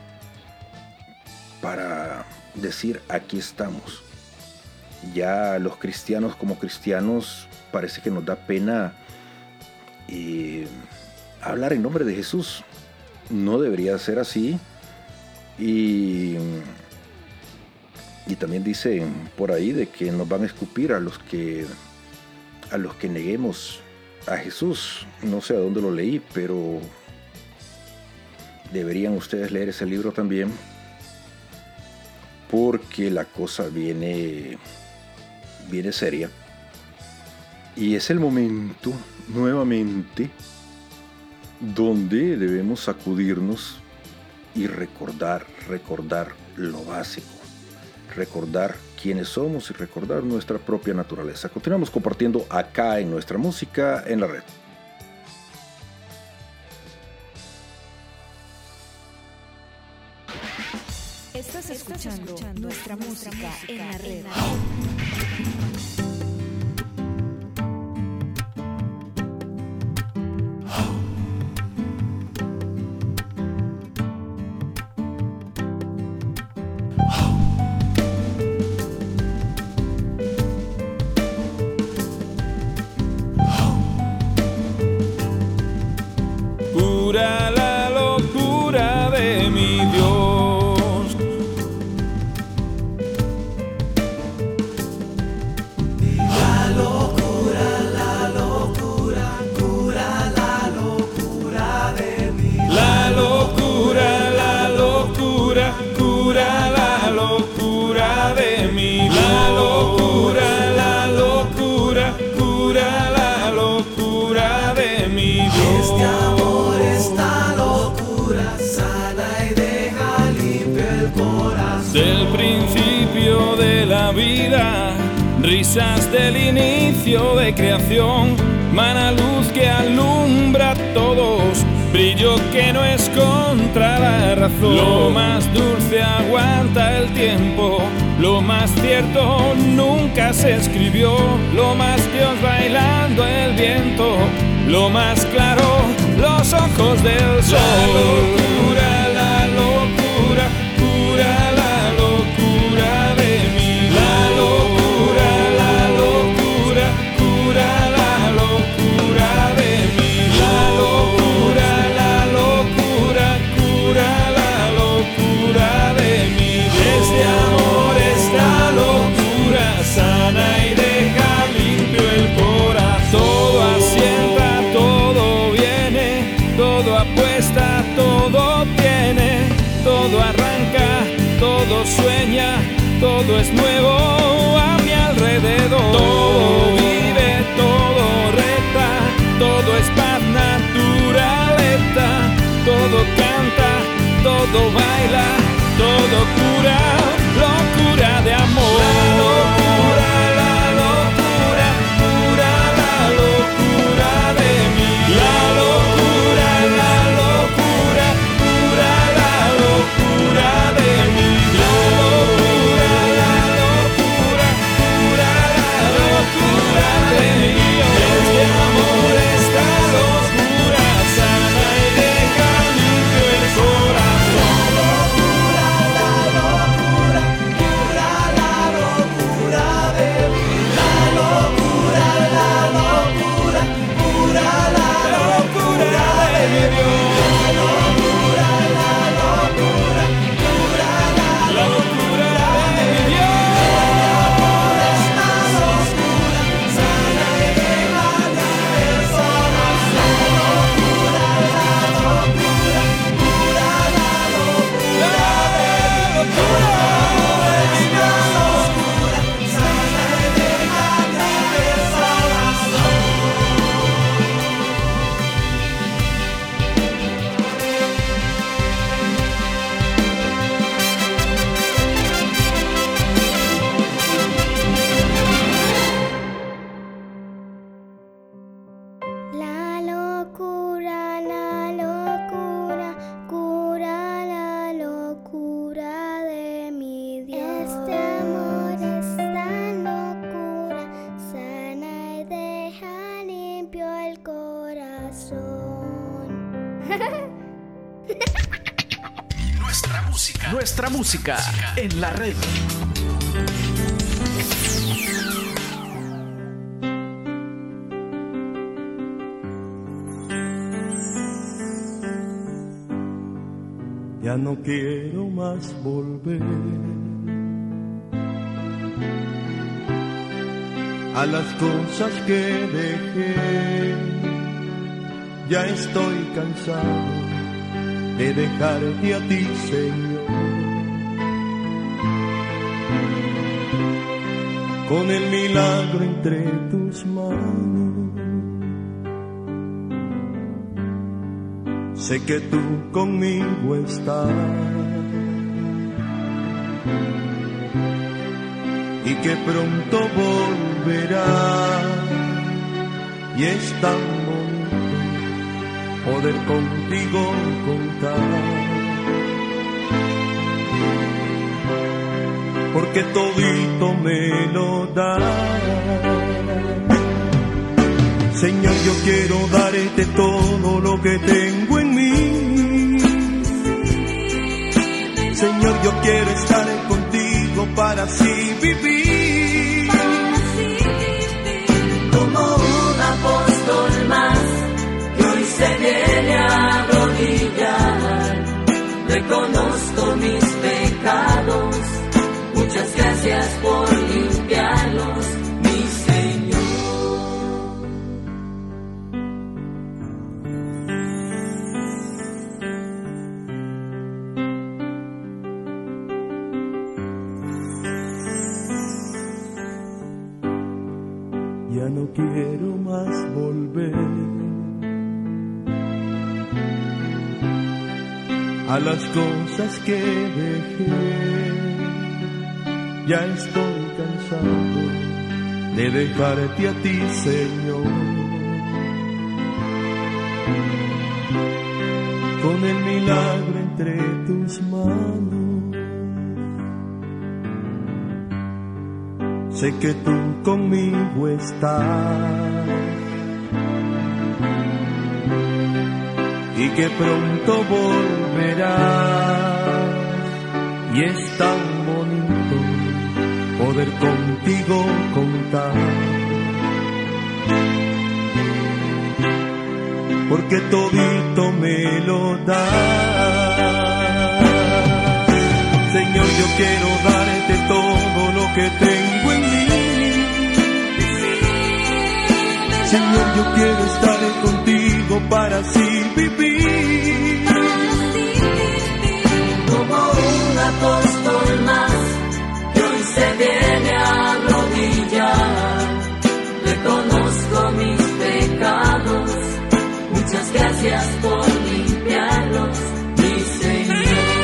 [SPEAKER 5] para decir aquí estamos. Ya los cristianos como cristianos parece que nos da pena eh, hablar en nombre de Jesús. No debería ser así. Y, y también dicen por ahí de que nos van a escupir a los que a los que neguemos a Jesús. No sé a dónde lo leí, pero deberían ustedes leer ese libro también, porque la cosa viene viene seria. Y es el momento nuevamente donde debemos sacudirnos y recordar, recordar lo básico, recordar quiénes somos y recordar nuestra propia naturaleza. Continuamos compartiendo acá en Nuestra Música en la Red.
[SPEAKER 1] Estás escuchando, escuchando Nuestra Música en la Red.
[SPEAKER 2] Pura la locura de mi Dios.
[SPEAKER 8] La locura, la locura, cura la locura de mi Dios.
[SPEAKER 2] La locura, la locura, cura la locura de mi Dios. La locura, la locura, cura la locura de mi Dios.
[SPEAKER 8] Este amor, esta locura sana y deja limpio el corazón.
[SPEAKER 2] Del principio de la vida, risas del inicio de creación, mana luz que alumbra a todos, brillo que no es contra la razón. Lo más dulce aguanta el tiempo, lo más cierto nunca se escribió, lo más Dios bailando el viento, lo más claro, los ojos del sol. La locura, la locura, cura la locura de mí. La locura, la locura, cura la locura de mí. La locura, la locura, cura la locura de mí. Este amor, esta locura sana y deja limpio el corazón. Todo asienta, todo viene, todo apuesta, todo tiene, todo arranca, todo sueña, todo es nuevo a mi alrededor. Todo vive, todo reta, todo es paz, naturaleza, todo canta, todo baila, todo cura, locura de amor. La locura, la locura, cura la locura de mí. La locura, la locura, cura la locura de mí. La locura, la locura,
[SPEAKER 4] Nuestra música en la red.
[SPEAKER 10] Ya no quiero más volver a las cosas que dejé. Ya estoy cansado de dejarte a ti, Señor, con el milagro entre tus manos. Sé que tú conmigo estás y que pronto volverás, y es tan bonito poder contigo contar, porque todito me lo das. Señor, yo quiero darte todo lo que tengo en mí. Señor, yo quiero estar contigo para así vivir.
[SPEAKER 3] Como un apóstol más que hoy se viene a arrodillar, reconozco mis pecados, muchas gracias por limpiarlos, mi Señor.
[SPEAKER 10] Ya no quiero más volver a las cosas que dejé. Ya estoy cansado de dejarte a ti, Señor, con el milagro entre tus manos. Sé que tú conmigo estás y que pronto volverás, y es tan bonito poder contigo contar, porque todito me lo das. Señor, yo quiero darte todo lo que tengo en mí. Señor, yo quiero estar contigo para así vivir.
[SPEAKER 3] Como un apóstol más que hoy se viene a arrodillar, reconozco mis pecados, muchas gracias por limpiarlos, mi Señor.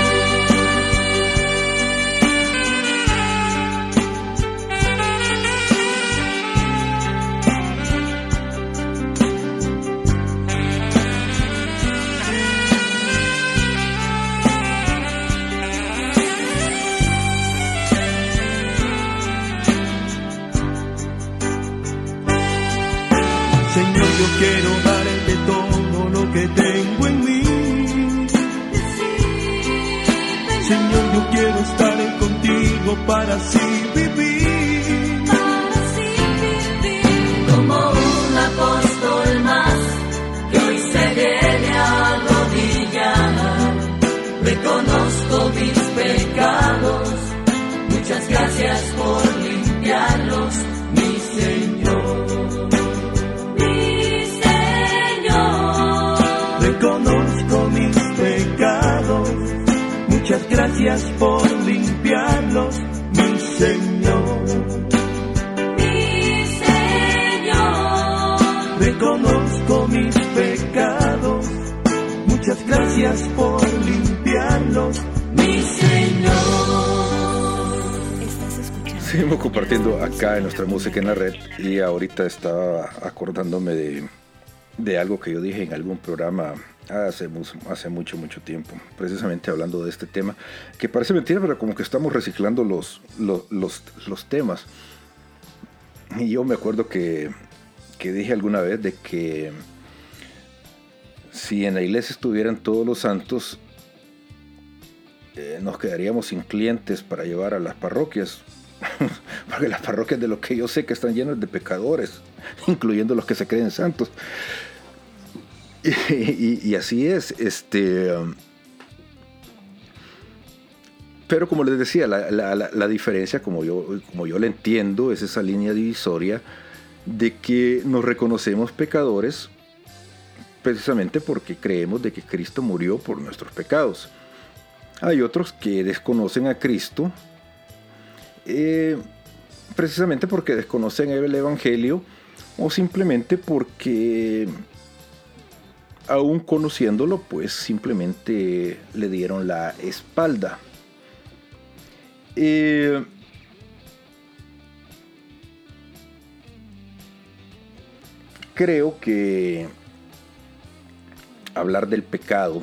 [SPEAKER 10] Señor, yo quiero darte todo lo que tengo en mí. Señor, yo quiero estar contigo para así vivir.
[SPEAKER 3] Como un apóstol más que hoy se viene a arrodillar, reconozco mis pecados, muchas gracias por limpiarlos, mi Señor.
[SPEAKER 10] Reconozco mis pecados, muchas gracias por limpiarlos, mi Señor.
[SPEAKER 3] Mi Señor.
[SPEAKER 10] Reconozco mis pecados, muchas gracias por limpiarlos, mi Señor.
[SPEAKER 5] Seguimos compartiendo acá en nuestra música en la red, y ahorita estaba acordándome de de algo que yo dije en algún programa hace, hace mucho, mucho tiempo, precisamente hablando de este tema, que parece mentira, pero como que estamos reciclando los, los, los, los temas. Y yo me acuerdo que, que dije alguna vez de que si en la iglesia estuvieran todos los santos, eh, nos quedaríamos sin clientes para llevar a las parroquias, porque las parroquias, de lo que yo sé, que están llenas de pecadores, incluyendo los que se creen santos. Y, y, y así es, este... Um, pero como les decía, la, la, la, la diferencia, como yo, como yo la entiendo, es esa línea divisoria de que nos reconocemos pecadores precisamente porque creemos de que Cristo murió por nuestros pecados. Hay otros que desconocen a Cristo eh, precisamente porque desconocen el Evangelio, o simplemente porque, aún conociéndolo, pues simplemente le dieron la espalda. Eh, creo que hablar del pecado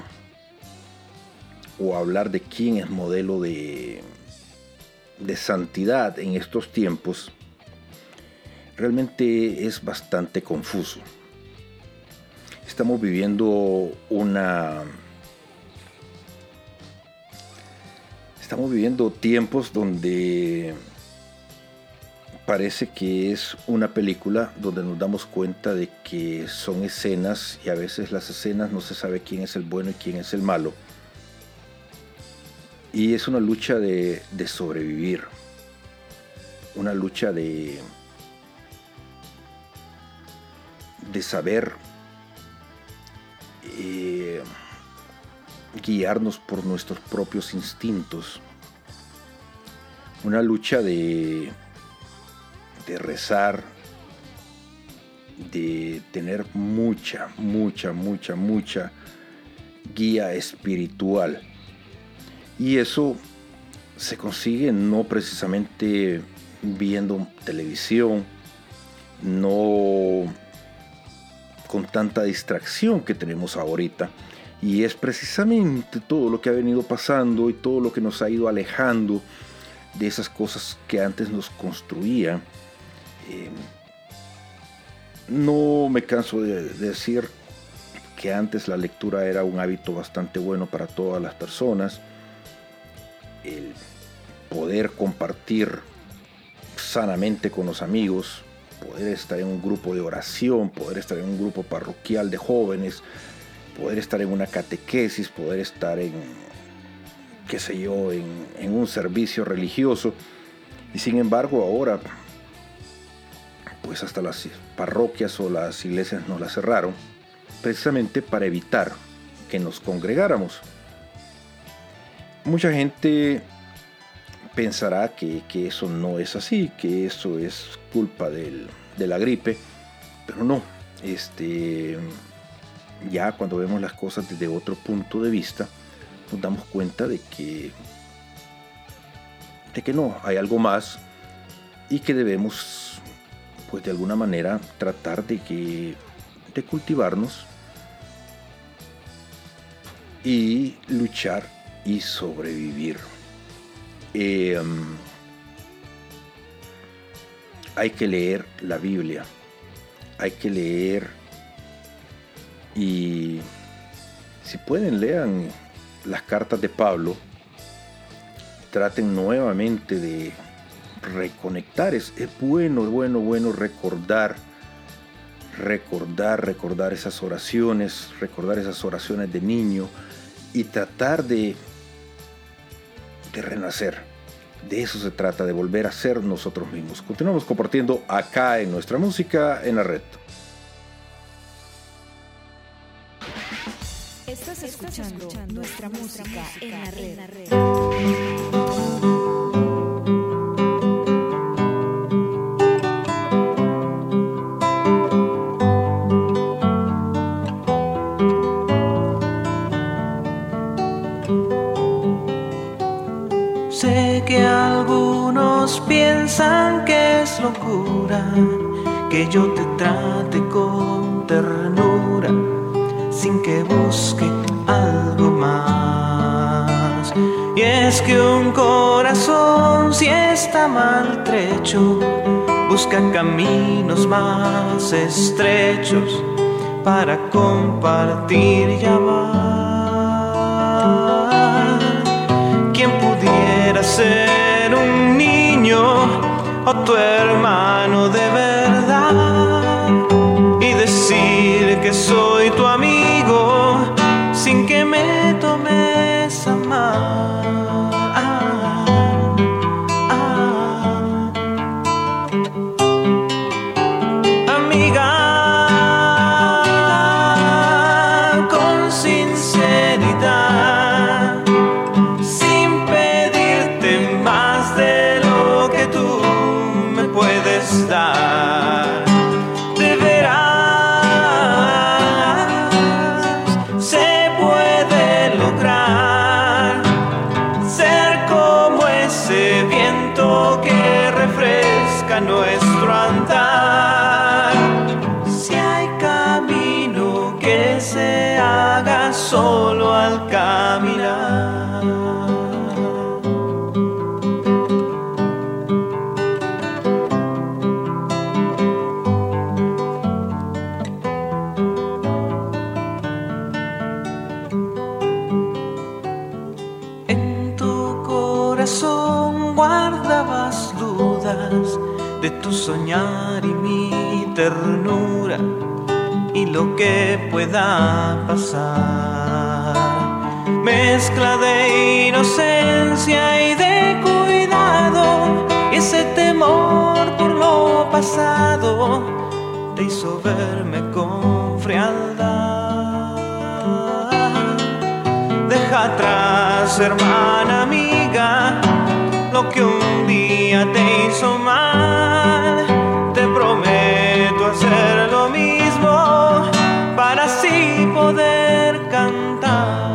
[SPEAKER 5] o hablar de quién es modelo de, de santidad en estos tiempos realmente es bastante confuso. Estamos viviendo una... Estamos viviendo tiempos donde parece que es una película donde nos damos cuenta de que son escenas, y a veces las escenas no se sabe quién es el bueno y quién es el malo. Y es una lucha de, de sobrevivir, una lucha de, de saber eh, guiarnos por nuestros propios instintos, una lucha de, de rezar, de tener mucha, mucha, mucha, mucha guía espiritual. Y eso se consigue no precisamente viendo televisión, no con tanta distracción que tenemos ahorita. Y es precisamente todo lo que ha venido pasando y todo lo que nos ha ido alejando de esas cosas que antes nos construían. Eh, no me canso de decir que antes la lectura era un hábito bastante bueno para todas las personas. El poder compartir sanamente con los amigos, poder estar en un grupo de oración, poder estar en un grupo parroquial de jóvenes, poder estar en una catequesis, poder estar en, qué sé yo, en, en un servicio religioso. Y sin embargo ahora, pues hasta las parroquias o las iglesias nos las cerraron, precisamente para evitar que nos congregáramos. Mucha gente pensará que, que eso no es así, que eso es culpa del, de la gripe, pero no. Este, ya cuando vemos las cosas desde otro punto de vista, nos damos cuenta de que, de que no, hay algo más y que debemos, pues de alguna manera, tratar de, que, de cultivarnos y luchar y sobrevivir. Eh, um, hay que leer la Biblia, hay que leer, y si pueden, lean las cartas de Pablo, traten nuevamente de reconectar. Es, es bueno, bueno, bueno recordar, recordar, recordar esas oraciones, recordar esas oraciones de niño y tratar de de renacer. De eso se trata, de volver a ser nosotros mismos. Continuamos compartiendo acá en Nuestra Música en la Red.
[SPEAKER 1] Estás escuchando, Estás escuchando Nuestra, nuestra Música, música en la Red. En la red.
[SPEAKER 8] Piensan que es locura que yo te trate con ternura sin que busque algo más. Y es que un corazón, si está maltrecho, busca caminos más estrechos para compartir y amar.
[SPEAKER 9] quisiera ser un niño o tu hermano de verdad y decir que soy tu amigo sin que me tomes a mal. Ah, ah. Amiga, con sinceridad, sin pedirte más de lo que tú me puedes dar, de veras se puede lograr ser como ese viento que refresca nuestro andar. Si hay camino que se haga solo al caminar. En tu corazón guardabas dudas de tu soñar y mi ternura y lo que pueda pasar. Mezcla de inocencia y de cuidado, y ese temor por lo pasado te hizo verme con frialdad. Deja atrás, hermana amiga, lo que un día te hizo mal. Te prometo hacer lo mismo para así poder cantar.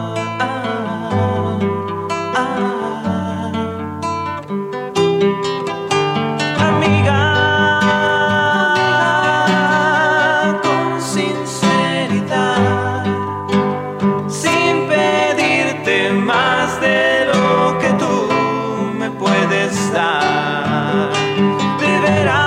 [SPEAKER 9] Amiga, con sinceridad, sin pedirte más de lo que tú me puedes dar, de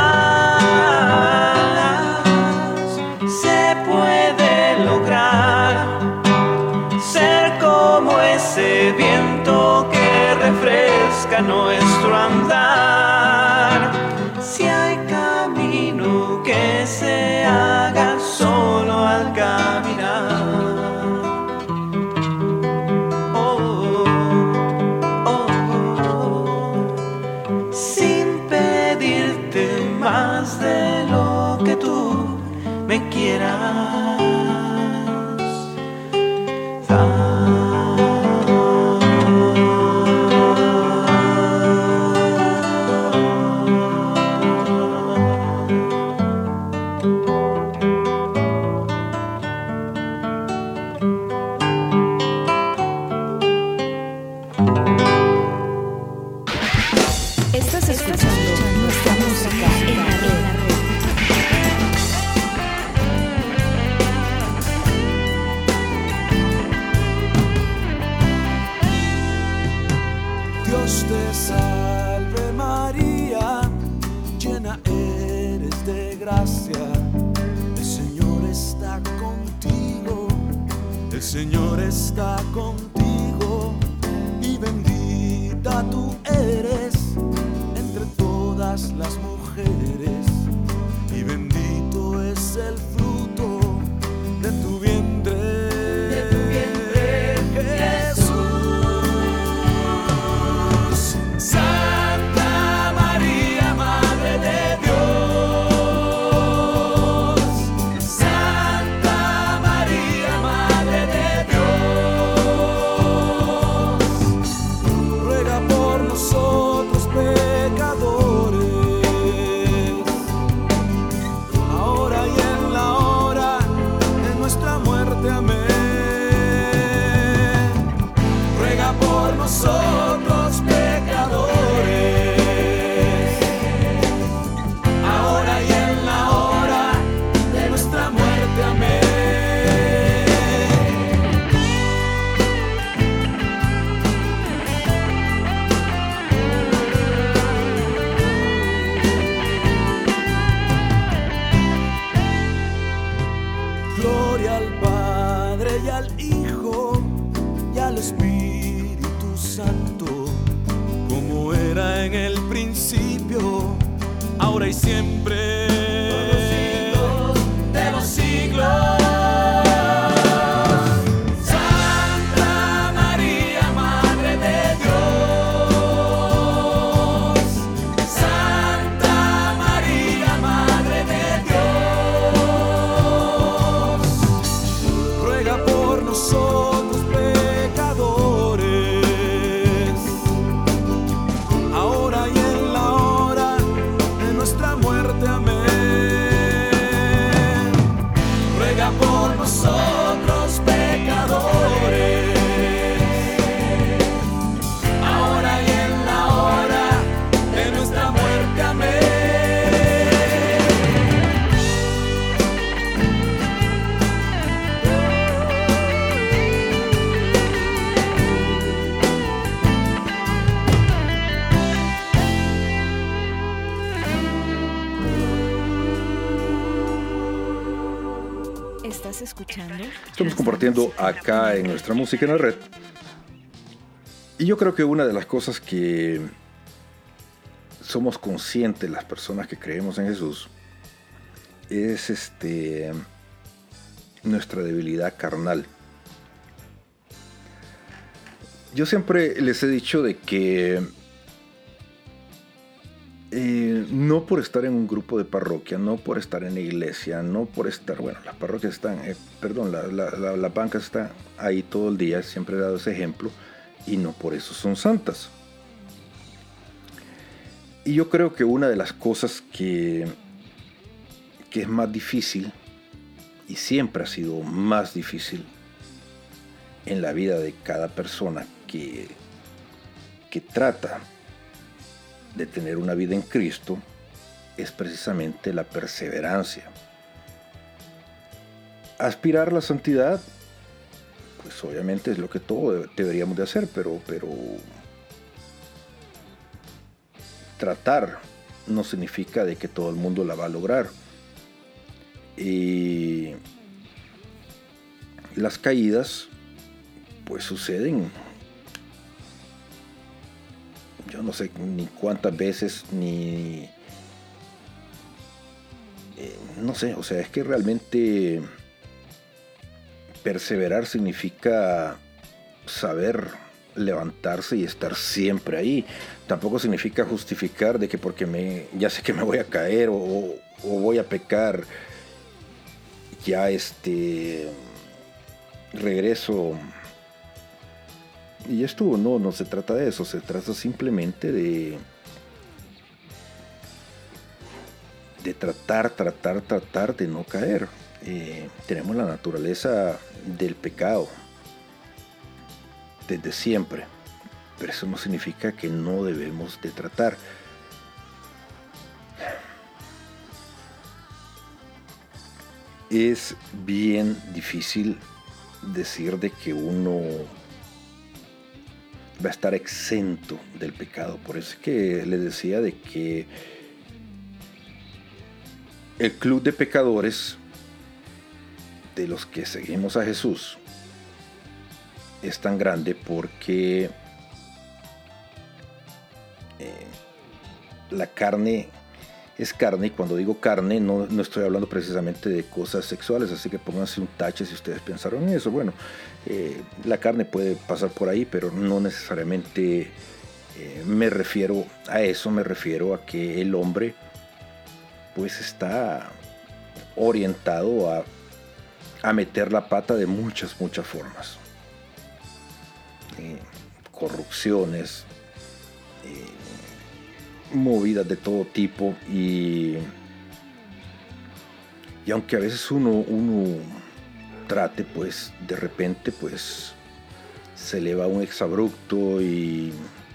[SPEAKER 9] veras se puede lograr ser como ese viento que refresca nuestro andar. Si hay camino que se haga solo al caminar. Oh, oh, oh. Sin pedirte más de lo que tú me quieras dar.
[SPEAKER 1] Estás escuchando nuestra música en la red.
[SPEAKER 10] Dios te salve María, llena eres de gracia, el Señor está contigo, el Señor está contigo, y bendita tú eres entre todas las mujeres, y bendito es el fruto de tu vientre, de tu vientre, Jesús. Santa María, Madre de Dios, Santa María, Madre de Dios, ruega por nosotros pecadores, ahora y en la hora de nuestra muerte. Amén. Ruega por nosotros pecadores, ahora y en la hora de nuestra muerte. Amén. Gloria al Padre y al Hijo y al Espíritu Santo,
[SPEAKER 9] era en el principio, ahora y siempre, por los siglos de los siglos. Santa María, Madre de Dios. Santa María, Madre de Dios. Ruega por nosotros pecadores, ahora y en la hora de nuestra muerte. Amén. Ruega por nosotros pecadores, ahora y en la hora de nuestra muerte. Amén.
[SPEAKER 1] Estás escuchando.
[SPEAKER 5] Estamos compartiendo acá en nuestra música en la red. Y yo creo que una de las cosas que somos conscientes las personas que creemos en Jesús es este nuestra debilidad carnal. Yo siempre les he dicho de que eh, no por estar en un grupo de parroquia, no por estar en la iglesia, no por estar, bueno, las parroquias están, eh, perdón, la, la, la, las bancas están ahí todo el día, siempre he dado ese ejemplo, y no por eso son santas. Y yo creo que una de las cosas que, que es más difícil, y siempre ha sido más difícil en la vida de cada persona que, que trata de tener una vida en Cristo, es precisamente la perseverancia. Aspirar a la santidad, pues obviamente es lo que todos deberíamos de hacer, pero, pero tratar no significa de que todo el mundo la va a lograr. Y las caídas pues suceden, yo no sé ni cuántas veces, ni eh, no sé, o sea, es que realmente perseverar significa saber levantarse y estar siempre ahí. Tampoco significa justificar de que porque me, ya sé que me voy a caer o, o voy a pecar, ya este regreso y ya estuvo. No, no se trata de eso, se trata simplemente de de tratar, tratar, tratar de no caer. Eh, tenemos la naturaleza del pecado desde siempre, pero eso no significa que no debemos de tratar. Es bien difícil decir de que uno va a estar exento del pecado. Por eso es que les decía de que el club de pecadores de los que seguimos a Jesús es tan grande porque eh, la carne es carne, y cuando digo carne no, no estoy hablando precisamente de cosas sexuales, así que pónganse un tache si ustedes pensaron en eso. Bueno, eh, la carne puede pasar por ahí, pero no necesariamente eh, me refiero a eso, me refiero a que el hombre pues está orientado a, a meter la pata de muchas, muchas formas. Eh, corrupciones, eh, movidas de todo tipo, y, y aunque a veces uno, uno trate, pues de repente pues se le va un exabrupto y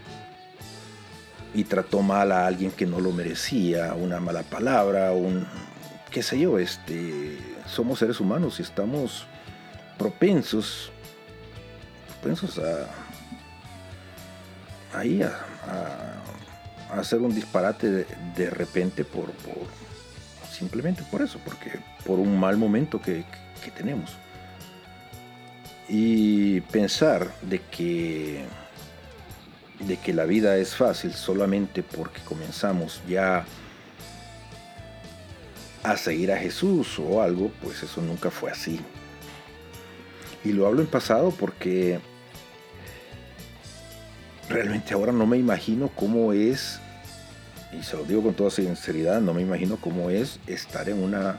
[SPEAKER 5] y trató mal a alguien que no lo merecía, una mala palabra, un qué sé yo, este somos seres humanos y estamos propensos propensos a ahí a, a, a hacer un disparate de, de repente por, por simplemente por eso, porque por un mal momento que, que tenemos. Y pensar de que de que la vida es fácil solamente porque comenzamos ya a seguir a Jesús o algo, pues eso nunca fue así. Y lo hablo en pasado porque realmente ahora no me imagino cómo es, y se lo digo con toda sinceridad, no me imagino cómo es estar en una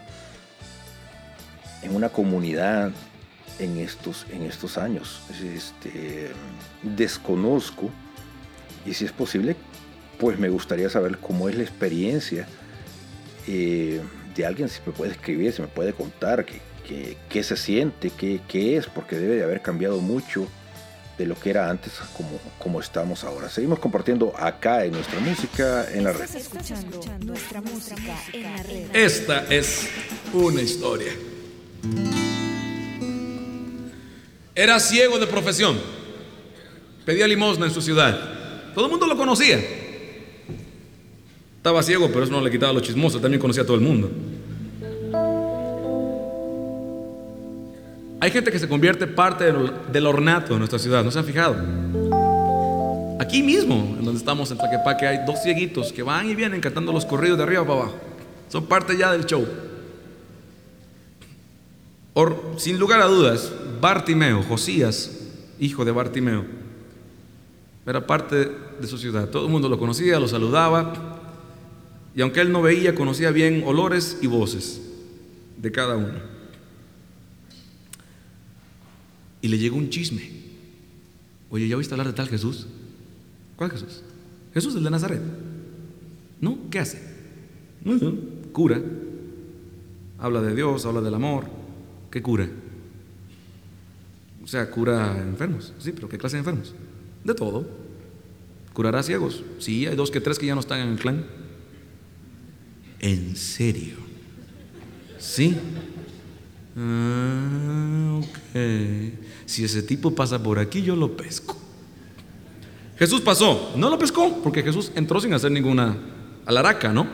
[SPEAKER 5] en una comunidad en estos, en estos años. Este, desconozco, y si es posible, pues me gustaría saber cómo es la experiencia eh, de alguien, si me puede escribir, si me puede contar qué, qué, qué se siente, qué, qué es, porque debe de haber cambiado mucho de lo que era antes como, como estamos ahora. Seguimos compartiendo acá en Nuestra Música en la Red.
[SPEAKER 1] Estás escuchando Nuestra Música en la Red.
[SPEAKER 6] Esta es una historia. Era ciego de profesión. Pedía limosna en su ciudad. Todo el mundo lo conocía. Estaba ciego, pero eso no le quitaba lo chismoso. También conocía a todo el mundo. Hay gente que se convierte parte del, del ornato de nuestra ciudad. ¿No se han fijado? Aquí mismo, en donde estamos en Tlaquepaque, hay dos cieguitos que van y vienen cantando los corridos de arriba para abajo. Son parte ya del show. Or, sin lugar a dudas, Bartimeo, Josías, hijo de Bartimeo, era parte de su ciudad. Todo el mundo lo conocía, lo saludaba, y aunque él no veía, conocía bien olores y voces de cada uno. Y le llegó un chisme. Oye, ¿ya oíste hablar de tal Jesús? ¿Cuál Jesús? Jesús, el de Nazaret. ¿No? ¿Qué hace? Uh-huh. Cura. Habla de Dios, habla del amor. ¿Qué cura? O sea, cura enfermos. Sí, pero ¿qué clase de enfermos? De todo. ¿Curará ciegos? Sí, hay dos que tres que ya no están en el clan. ¿En serio? Sí. Ah, ok. Si ese tipo pasa por aquí, yo lo pesco. Jesús pasó. No lo pescó porque Jesús entró sin hacer ninguna alaraca, ¿no?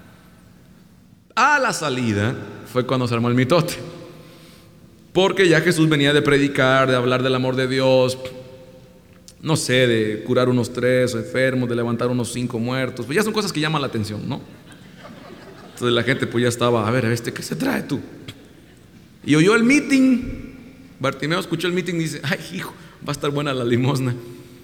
[SPEAKER 6] A la salida fue cuando se armó el mitote. Porque ya Jesús venía de predicar, de hablar del amor de Dios, no sé, de curar unos tres enfermos, de levantar unos cinco muertos. Pues ya son cosas que llaman la atención, ¿no? Entonces la gente pues ya estaba, a ver, ¿este qué se trae tú? Y oyó el meeting. Bartimeo escuchó el meeting y dice, ay, hijo, va a estar buena la limosna.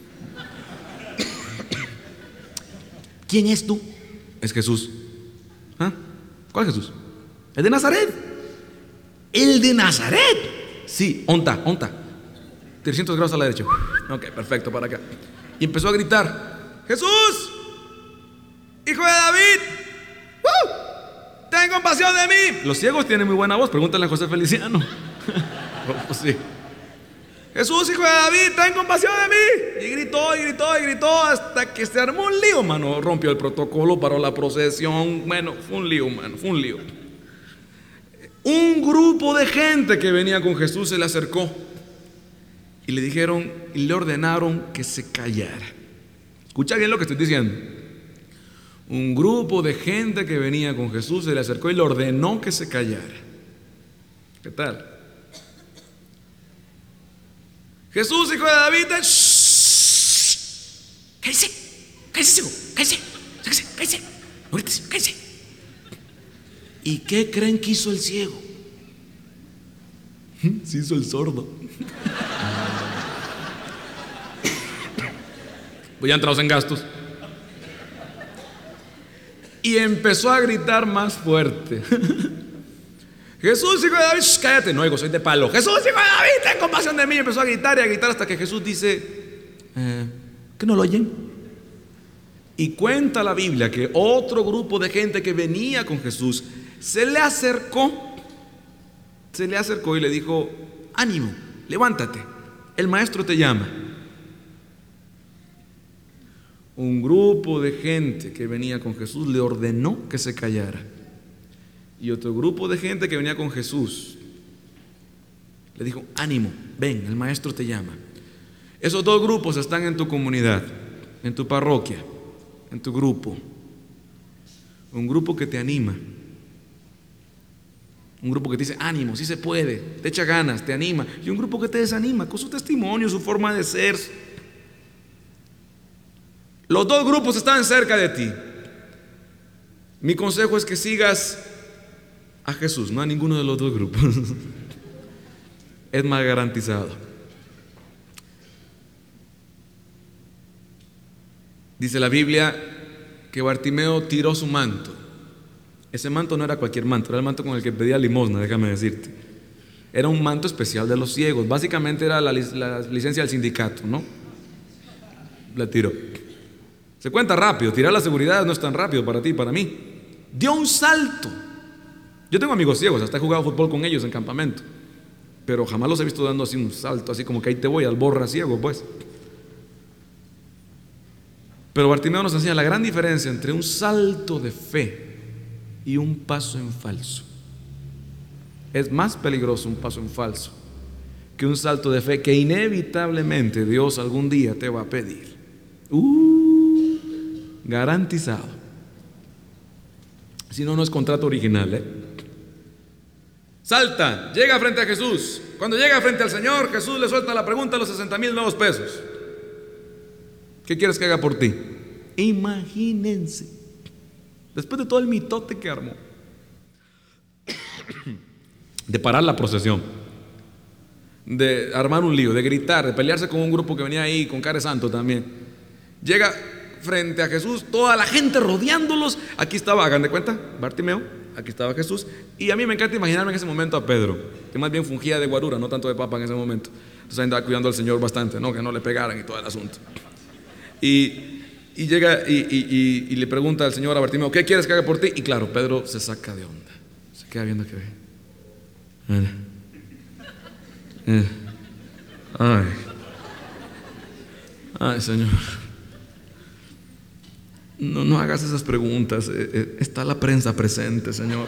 [SPEAKER 6] ¿Quién es tú? Es Jesús. ¿Ah? ¿Cuál Jesús? El de Nazaret. El de Nazaret. Sí, onta, onta. trescientos grados a la derecha. Ok, perfecto, para acá. Y empezó a gritar, Jesús, hijo de David, ¡uh! ten compasión de mí. Los ciegos tienen muy buena voz, pregúntale a José Feliciano. Oh, sí. Jesús, hijo de David, ten compasión de mí. Y gritó, y gritó, y gritó hasta que se armó un lío, mano. Rompió el protocolo, paró la procesión. Bueno, fue un lío, mano, fue un lío. Un grupo de gente que venía con Jesús se le acercó y le dijeron y le ordenaron que se callara. Escucha bien lo que estoy diciendo. Un grupo de gente que venía con Jesús se le acercó y le ordenó que se callara. ¿Qué tal? Jesús, hijo de David, shh, cállese, cállese, cállese, cállese, cállese, no grites, cállese. ¿Y qué creen que hizo el ciego? Se hizo el sordo. Pues ya entrados en gastos. Y empezó a gritar más fuerte. Jesús, hijo de David, shh, cállate, no, hijo, soy de palo. Jesús, hijo de David, ten compasión de mí. Y empezó a gritar y a gritar hasta que Jesús dice, eh, ¿qué no lo oyen? Y cuenta la Biblia que otro grupo de gente que venía con Jesús se le acercó, se le acercó y le dijo, ánimo, levántate, el maestro te llama. Un grupo de gente que venía con Jesús le ordenó que se callara. Y otro grupo de gente que venía con Jesús le dijo, ánimo, ven, el maestro te llama. Esos dos grupos están en tu comunidad, en tu parroquia, en tu grupo. Un grupo que te anima. Un grupo que te dice, ánimo, sí se puede, te echa ganas, te anima. Y un grupo que te desanima con su testimonio, su forma de ser. Los dos grupos están cerca de ti. Mi consejo es que sigas a Jesús, no a ninguno de los dos grupos. Es más garantizado. Dice la Biblia que Bartimeo tiró su manto. Ese manto no era cualquier manto, era el manto con el que pedía limosna, déjame decirte. Era un manto especial de los ciegos. Básicamente era la, la licencia del sindicato, ¿no? La tiró. Se cuenta rápido, tirar la seguridad no es tan rápido para ti y para mí. Dio un salto. Yo tengo amigos ciegos, hasta he jugado fútbol con ellos en campamento, pero jamás los he visto dando así un salto, así como que ahí te voy, al borra ciego, pues. Pero Bartimeo nos enseña la gran diferencia entre un salto de fe y un paso en falso. Es más peligroso un paso en falso que un salto de fe que inevitablemente Dios algún día te va a pedir. Uh, garantizado. Si no, no es contrato original, ¿eh? Salta, llega frente a Jesús. Cuando llega frente al Señor, Jesús le suelta la pregunta a los sesenta mil nuevos pesos. ¿Qué quieres que haga por ti? Imagínense, después de todo el mitote que armó, de parar la procesión, de armar un lío, de gritar, de pelearse con un grupo que venía ahí con cara santo también, llega frente a Jesús, toda la gente rodeándolos. Aquí estaba, hagan de cuenta, Bartimeo, aquí estaba Jesús. Y a mí me encanta imaginarme en ese momento a Pedro, que más bien fungía de guarura, no tanto de papa en ese momento. Entonces andaba cuidando al Señor bastante, ¿no? Que no le pegaran y todo el asunto. Y, y llega y, y, y, y le pregunta al Señor a Bartimeo, ¿qué quieres que haga por ti? Y claro, Pedro se saca de onda, se queda viendo que ve. Eh. Ay, ay, Señor, no, no hagas esas preguntas. Eh, eh, está la prensa presente, Señor.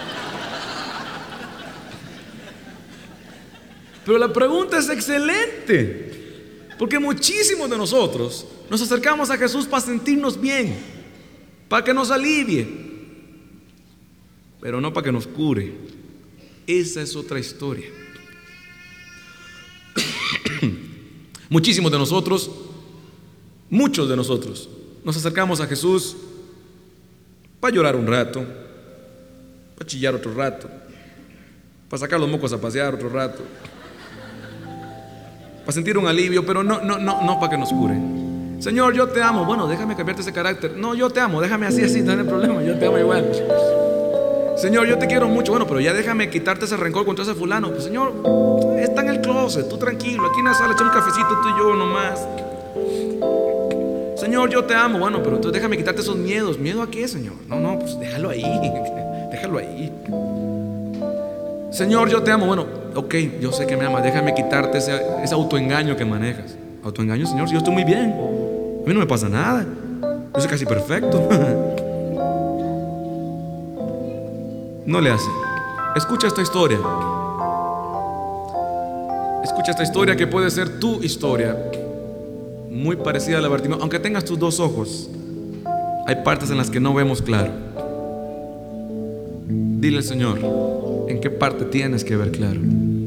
[SPEAKER 6] Pero la pregunta es excelente, porque muchísimos de nosotros nos acercamos a Jesús para sentirnos bien, para que nos alivie, pero no para que nos cure. Esa es otra historia. Muchísimos de nosotros, muchos de nosotros, nos acercamos a Jesús para llorar un rato, para chillar otro rato, para sacar los mocos a pasear otro rato, para sentir un alivio, pero no, no, no, no para que nos cure. Señor, yo te amo. Bueno, déjame cambiarte ese carácter. No, yo te amo, déjame así, así, no hay problema, yo te amo igual. Señor, yo te quiero mucho. Bueno, pero ya déjame quitarte ese rencor contra ese fulano. Pues, Señor, está en el closet, tú tranquilo, aquí en la sala echa un cafecito tú y yo nomás. Señor, yo te amo. Bueno, pero entonces déjame quitarte esos miedos. ¿Miedo a qué, Señor? No, no, pues déjalo ahí, déjalo ahí. Señor, yo te amo. Bueno, ok, yo sé que me amas, déjame quitarte ese, ese autoengaño que manejas. ¿Autoengaño, Señor? Si yo estoy muy bien, a mí no me pasa nada, yo soy casi perfecto. No le hace. Escucha esta historia. Escucha esta historia que puede ser tu historia, muy parecida a la de Bartimeo. Aunque tengas tus dos ojos, hay partes en las que no vemos claro. Dile al Señor, ¿en qué parte tienes que ver claro?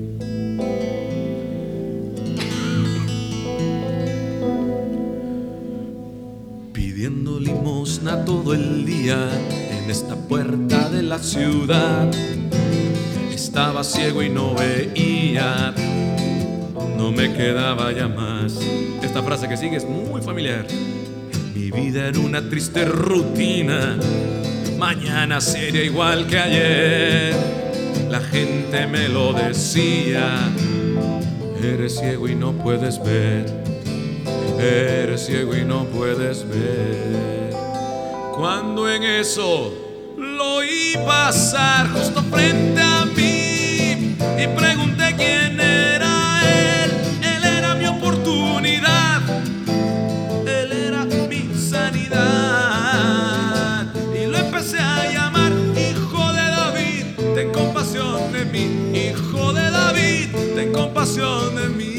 [SPEAKER 6] Pidiendo limosna todo el día en esta puerta de la ciudad, estaba ciego y no veía, no me quedaba ya más. Esta frase que sigue es muy familiar. Mi vida era una triste rutina, mañana sería igual que ayer. La gente me lo decía, eres ciego y no puedes ver, eres ciego y no puedes ver. Cuando en eso lo oí pasar justo frente a mí y pregunté quién era él. Él era mi oportunidad, él era mi sanidad. Y lo empecé a llamar hijo de David, ten compasión de mí. Hijo de David, ten compasión de mí.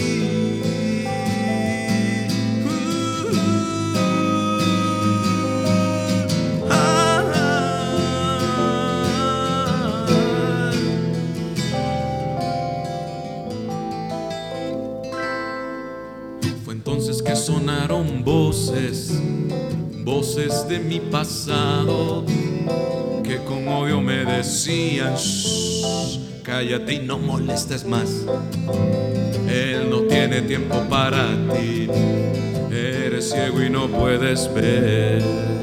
[SPEAKER 6] Sonaron voces voces de mi pasado que con odio me decían: shh, cállate y no molestes más. Él no tiene tiempo para ti, eres ciego y no puedes ver.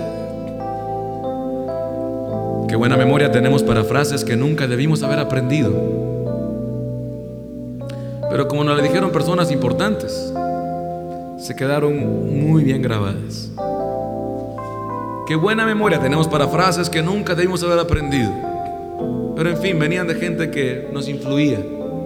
[SPEAKER 6] Qué buena memoria tenemos para frases que nunca debimos haber aprendido, pero como nos le dijeron personas importantes, se quedaron muy bien grabadas. Qué buena memoria tenemos para frases que nunca debimos haber aprendido, pero en fin, venían de gente que nos influía.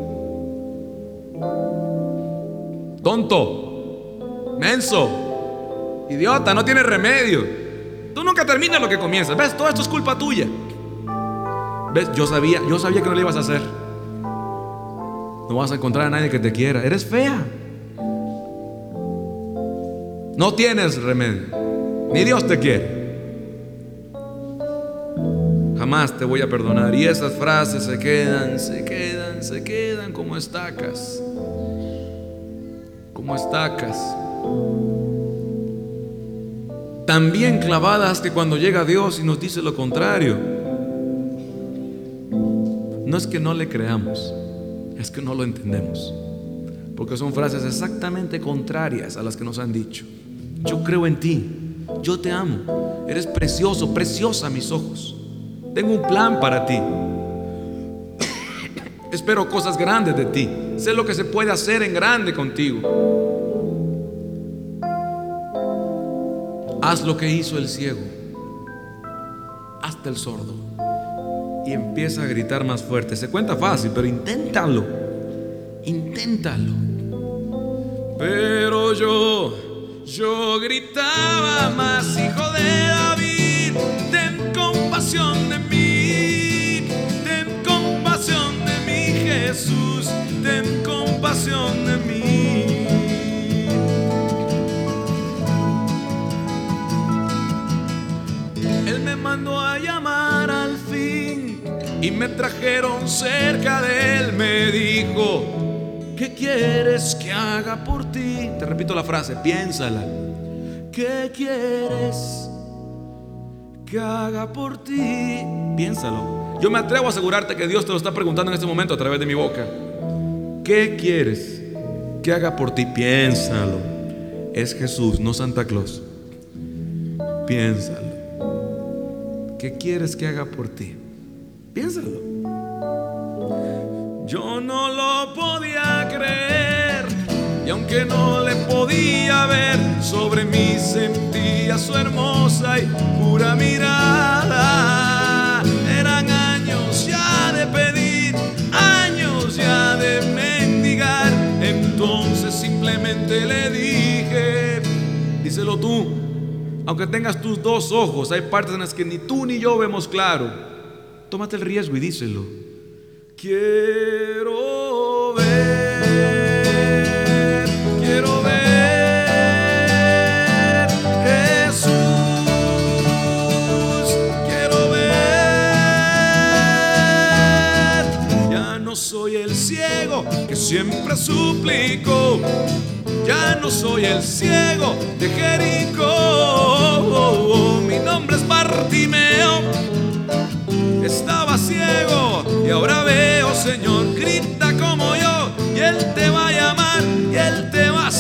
[SPEAKER 6] Tonto, menso, idiota, no tienes remedio. Tú nunca terminas lo que comienzas. ¿Ves? Todo esto es culpa tuya. ¿Ves? Yo sabía, yo sabía que no lo ibas a hacer. No vas a encontrar a nadie que te quiera. Eres fea. No tienes remedio. Ni Dios te quiere. Jamás te voy a perdonar. Y esas frases se quedan, se quedan, se quedan como estacas. Como estacas. Tan bien clavadas que cuando llega Dios y nos dice lo contrario, no es que no le creamos, es que no lo entendemos, porque son frases exactamente contrarias a las que nos han dicho. Yo creo en ti, yo te amo, eres precioso, preciosa a mis ojos, tengo un plan para ti, espero cosas grandes de ti, sé lo que se puede hacer en grande contigo. Haz lo que hizo el ciego, hasta el sordo, y empieza a gritar más fuerte. Se cuenta fácil, pero inténtalo, inténtalo. Pero yo, yo gritaba más: hijo de David, ten compasión de mí, ten compasión de mí, Jesús, ten compasión de mí. Me mandó a llamar al fin y me trajeron cerca de él. Me dijo: ¿qué quieres que haga por ti? Te repito la frase, piénsala. ¿Qué quieres que haga por ti? Piénsalo. Yo me atrevo a asegurarte que Dios te lo está preguntando en este momento a través de mi boca. ¿Qué quieres que haga por ti? Piénsalo. Es Jesús, no Santa Claus. Piénsalo. ¿Qué quieres que haga por ti? Piénsalo. Yo no lo podía creer, y aunque no le podía ver, sobre mí sentía su hermosa y pura mirada. Eran años ya de pedir, años ya de mendigar. Entonces simplemente le dije: díselo tú. Aunque tengas tus dos ojos, hay partes en las que ni tú ni yo vemos claro. Tómate el riesgo y díselo. Quiero ver, quiero ver, Jesús, quiero ver. Ya no soy el ciego que siempre suplico, ya no soy el ciego de Jericó. Mi nombre es Bartimeo. Estaba ciego y ahora veo, Señor. Grita como yo y Él te va a llamar y Él te va a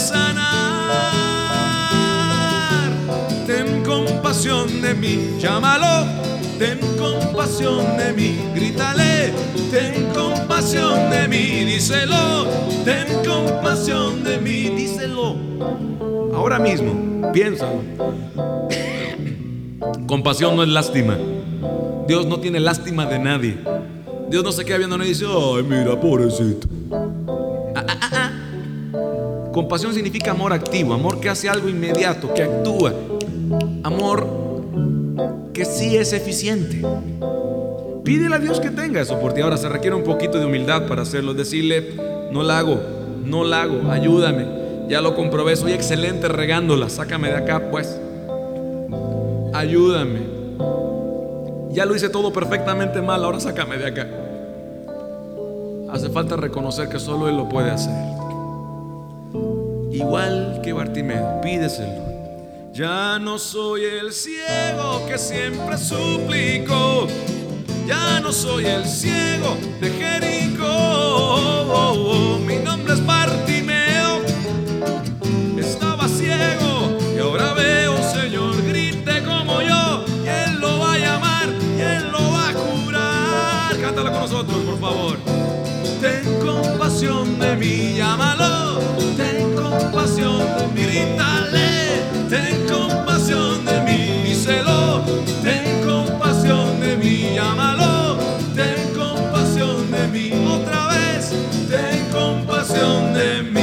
[SPEAKER 6] sanar. Ten compasión de mí, llámalo. Ten compasión de mí, grítale. Ten compasión de mí, díselo. Ten compasión de mí, díselo. Ahora mismo, piénsalo. Compasión no es lástima. Dios no tiene lástima de nadie. Dios no se queda viendo a nadie y dice: ay, mira, pobrecito. Ah, ah, ah, ah. Compasión significa amor activo, amor que hace algo inmediato, que actúa. Amor que sí es eficiente. Pídele a Dios que tenga eso por ti. Ahora se requiere un poquito de humildad para hacerlo. Decirle: no la hago, no la hago, ayúdame. Ya lo comprobé, soy excelente regándola. Sácame de acá, pues. Ayúdame. Ya lo hice todo perfectamente mal, ahora sácame de acá. Hace falta reconocer que solo Él lo puede hacer. Igual que Bartimeo, pídeselo. Ya no soy el ciego que siempre suplicó, ya no soy el ciego de Jericó. Mi nombre es Bartimeo, estaba ciego y ahora veo, Señor, grite como yo y Él lo va a llamar y Él lo va a curar. Cántala con nosotros, por favor. Ten compasión de mí, llámalo. Ten compasión de mí, grítale. Ten compasión de mí, díselo. Ten compasión de mí, llámalo. Ten compasión de mí, otra vez. Ten compasión de mí.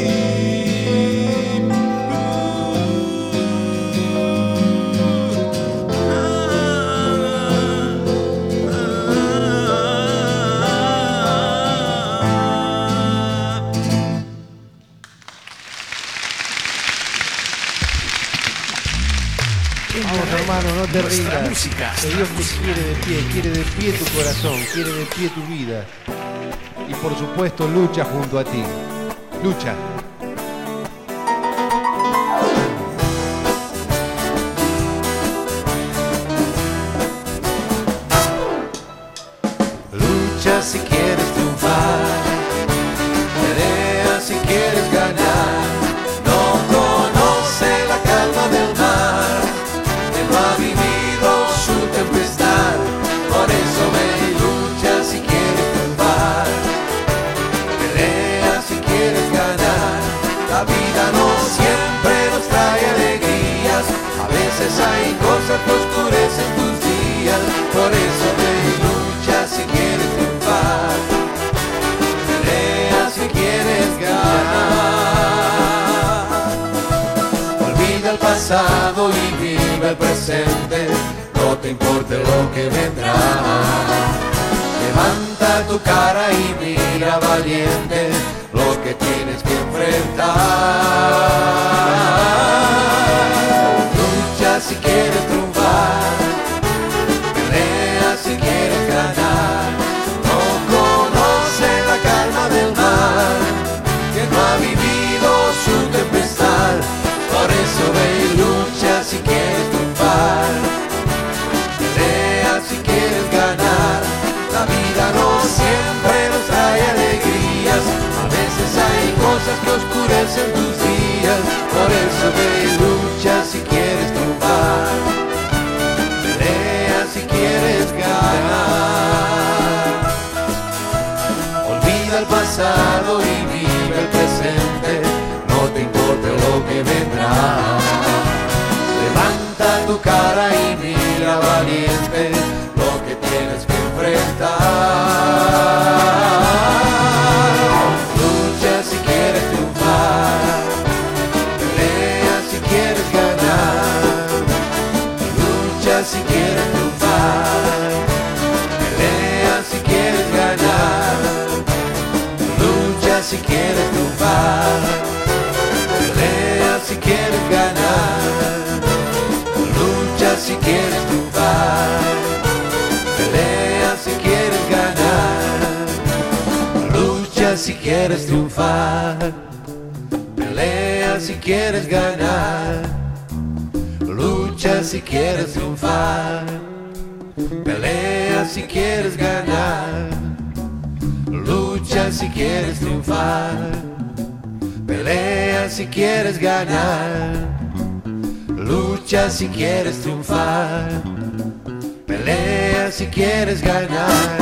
[SPEAKER 11] Vamos, hermano, no te
[SPEAKER 4] Nuestra
[SPEAKER 11] rindas.
[SPEAKER 4] música.
[SPEAKER 11] Que Dios te quiere de pie, quiere de pie tu corazón, quiere de pie tu vida. Y por supuesto lucha junto a ti. Lucha.
[SPEAKER 12] Lucha si quieres triunfar, pelea si quieres ganar. No conoce la calma del mar, que no ha vivido su tempestad. Por eso ve y lucha si quieres triunfar, pelea si quieres ganar. La vida no siempre nos trae alegrías, a veces hay cosas que oscurecen tus días. Por eso ve y lucha si quieres triunfar, pelea si quieres ganar. Olvida el pasado y vive el presente, no te importe lo que vendrá. Levanta tu cara y mira valiente lo que tienes que enfrentar. Lucha si quieres triunfar, pelea si quieres ganar. No conoce la calma del mar, que no ha vivido su tempestad. Por eso ve y lucha si quieres triunfar, pelea si quieres ganar. La vida no siempre nos trae alegrías, a veces hay cosas que oscurecen tus días. Por eso ve y lucha si quieres triunfar, pelea si quieres ganar. Olvida el pasado y vive el presente, no te importe lo que vendrá. Levanta tu cara y mira valiente lo que tienes que enfrentar. Lucha si quieres triunfar, pelea si quieres ganar. Lucha si quieres triunfar, pelea si quieres ganar. Lucha si quieres triunfar, pelea si quieres ganar. Lucha si quieres triunfar, pelea si quieres ganar. Lucha si quieres triunfar, pelea si quieres ganar. Lucha si quieres triunfar, pelea si quieres ganar. Lucha si quieres triunfar, pelea si quieres ganar. Lucha si quieres triunfar, pelea si quieres ganar.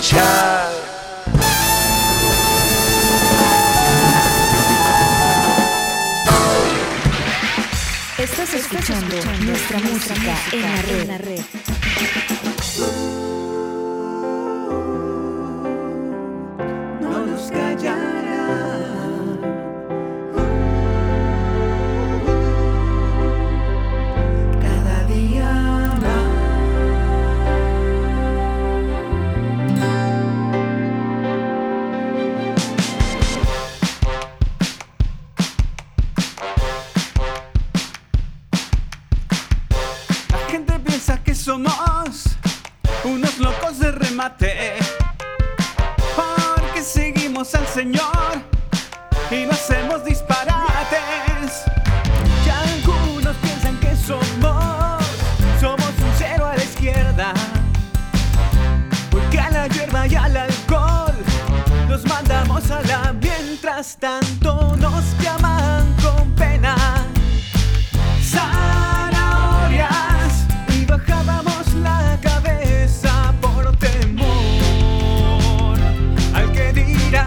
[SPEAKER 12] luchar.
[SPEAKER 1] Estás escuchando nuestra música en la red. En la red.
[SPEAKER 8] No nos callará. Cada día más.
[SPEAKER 13] La gente piensa que somos unos locos de remate, porque seguimos al Señor y no hacemos disparates. Y algunos piensan que somos, somos un cero a la izquierda, porque a la hierba y al alcohol nos mandamos a la. Mientras tanto nos llaman con pena zanahorias y bajábamos la cabeza por temor al que dirá.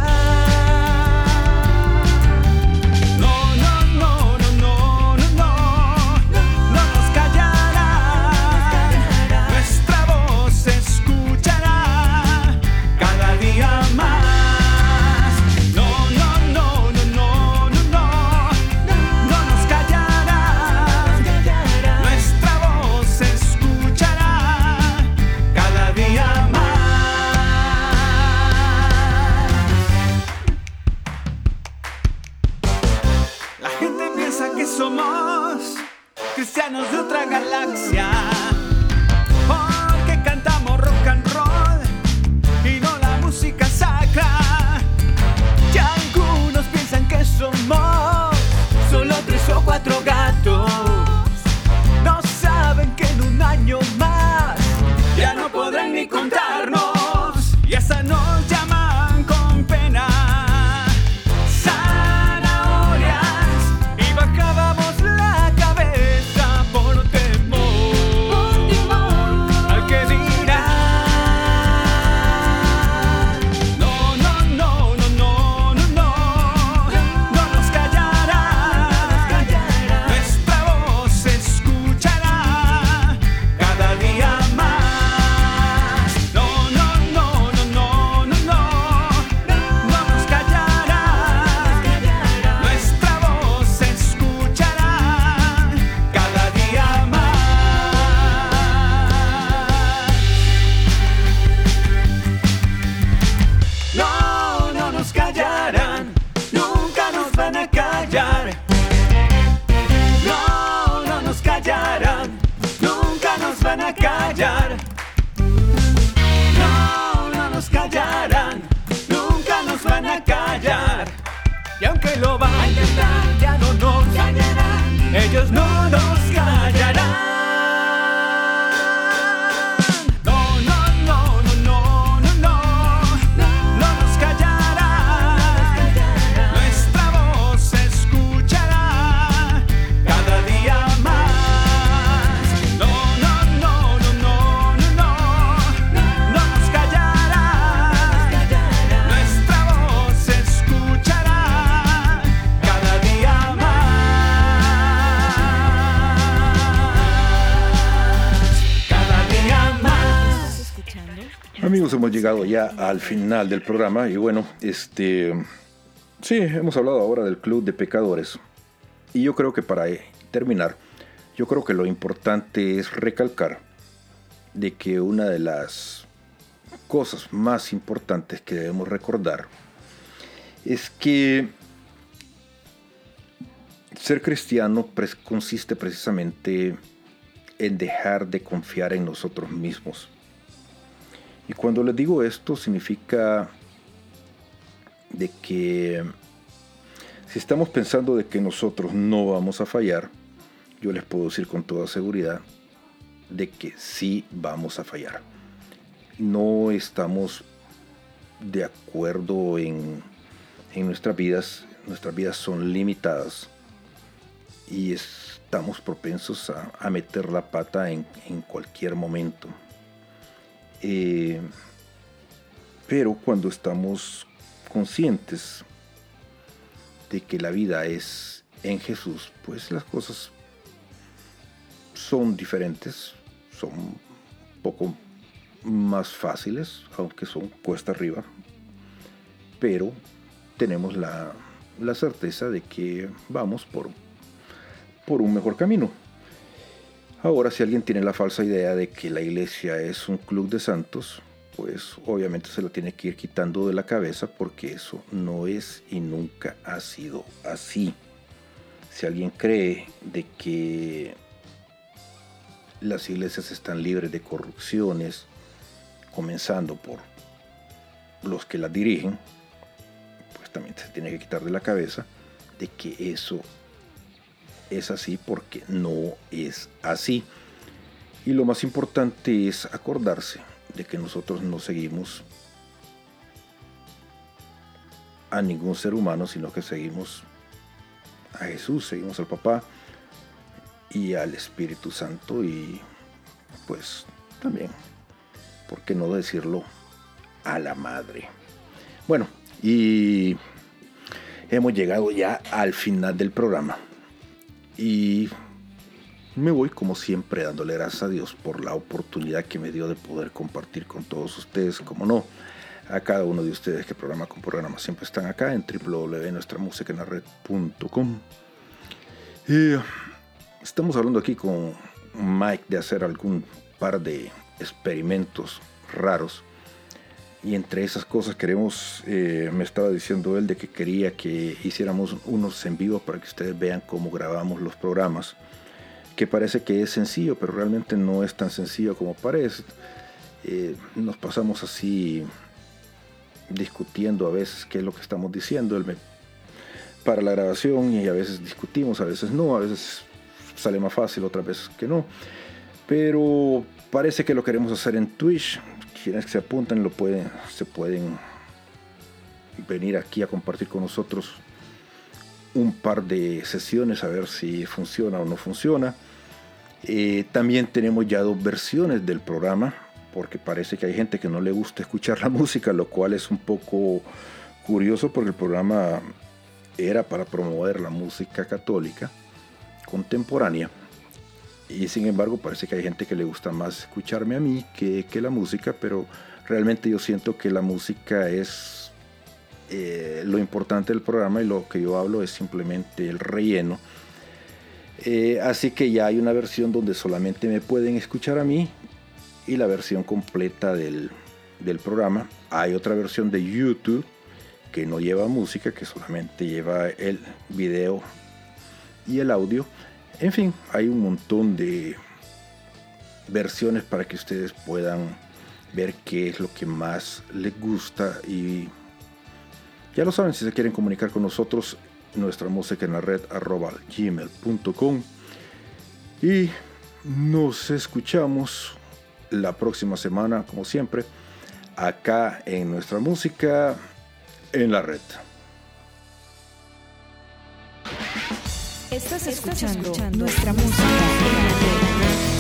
[SPEAKER 13] No, no, no, no, no, no, no, no nos callará. Nuestra voz se escuchará cada día más. No, no, no, no, no, no, no, no nos callará. Nuestra voz se escuchará cada día más. La gente piensa que somos cristianos de otra galaxia, porque cantamos rock and roll y no la música sacra. Y algunos piensan que somos solo tres o cuatro gatos. No saben que en un año más ya no podrán ni contarnos, y hasta nos llaman con pena zanahorias y bajábamos la cabeza por temor al que dirá. No, no, no, no, no, no, no, no nos callará. Nuestra voz se escuchará cada día más. No, no, no, no, no, no, no, no nos callará. Nuestra voz se escuchará cada día más. No, no nos callarán, nunca nos van a callar. No, no nos callarán, nunca nos van a callar. No, no nos callarán, nunca nos van a callar. Y aunque lo van a intentar, ya no nos callarán. Ellos no nos callarán. No, no, no, no, no, no, no, no nos callarán. Nuestra voz se escuchará cada día más. No, no, no, no, no, no, no, no nos callarán. Nuestra voz se escuchará cada día más. Cada día más.
[SPEAKER 5] Amigos, hemos llegado ya al final del programa y bueno, este, sí, hemos hablado ahora del Club de Pecadores y yo creo que para eh, terminar, yo creo que lo importante es recalcar de que una de las cosas más importantes que debemos recordar es que ser cristiano pres- consiste precisamente en dejar de confiar en nosotros mismos. Y cuando les digo esto, significa de que si estamos pensando de que nosotros no vamos a fallar, yo les puedo decir con toda seguridad de que sí vamos a fallar. No estamos de acuerdo en, en nuestras vidas. Nuestras vidas son limitadas y estamos propensos a, a meter la pata en, en cualquier momento. Eh, Pero cuando estamos conscientes de que la vida es en Jesús, pues las cosas son diferentes, son un poco más fáciles, aunque son cuesta arriba, pero tenemos la, la certeza de que vamos por, por un mejor camino. Ahora, si alguien tiene la falsa idea de que la iglesia es un club de santos, pues obviamente se lo tiene que ir quitando de la cabeza, porque eso no es y nunca ha sido así. Si alguien cree de que las iglesias están libres de corrupciones, comenzando por los que las dirigen, pues también se tiene que quitar de la cabeza de que eso es así, porque no es así. Y lo más importante es acordarse de que nosotros no seguimos a ningún ser humano, sino que seguimos a Jesús, seguimos al Papá y al Espíritu Santo, y pues también, ¿por qué no decirlo?, a la Madre. Bueno, y hemos llegado ya al final del programa, y me voy como siempre dándole gracias a Dios por la oportunidad que me dio de poder compartir con todos ustedes, como no, a cada uno de ustedes que programa con programa siempre están acá en doble u doble u doble u punto nuestra música en la red punto com. Y estamos hablando aquí con Mike de hacer algún par de experimentos raros, y entre esas cosas queremos, eh, me estaba diciendo él de que quería que hiciéramos unos en vivo para que ustedes vean cómo grabamos los programas, que parece que es sencillo, pero realmente no es tan sencillo como parece. Eh, nos pasamos así discutiendo a veces qué es lo que estamos diciendo. Él me para la grabación y a veces discutimos, a veces no, a veces sale más fácil, otras veces que no. Pero parece que lo queremos hacer en Twitch. Quienes que se apuntan lo pueden, se pueden venir aquí a compartir con nosotros un par de sesiones a ver si funciona o no funciona. Eh, también tenemos ya dos versiones del programa, porque parece que hay gente que no le gusta escuchar la música, lo cual es un poco curioso, porque el programa era para promover la música católica contemporánea, y sin embargo parece que hay gente que le gusta más escucharme a mí que, que la música, pero realmente yo siento que la música es eh, lo importante del programa, y lo que yo hablo es simplemente el relleno. Eh, así que ya hay una versión donde solamente me pueden escuchar a mí, y la versión completa del, del programa. Hay otra versión de YouTube que no lleva música, que solamente lleva el video y el audio. En fin, hay un montón de versiones para que ustedes puedan ver qué es lo que más les gusta. Y ya lo saben, si se quieren comunicar con nosotros, nuestra música en la red arroba gmail punto com, y nos escuchamos la próxima semana, como siempre, acá en nuestra música en la red.
[SPEAKER 1] Estás escuchando, Estás escuchando nuestra música en la red.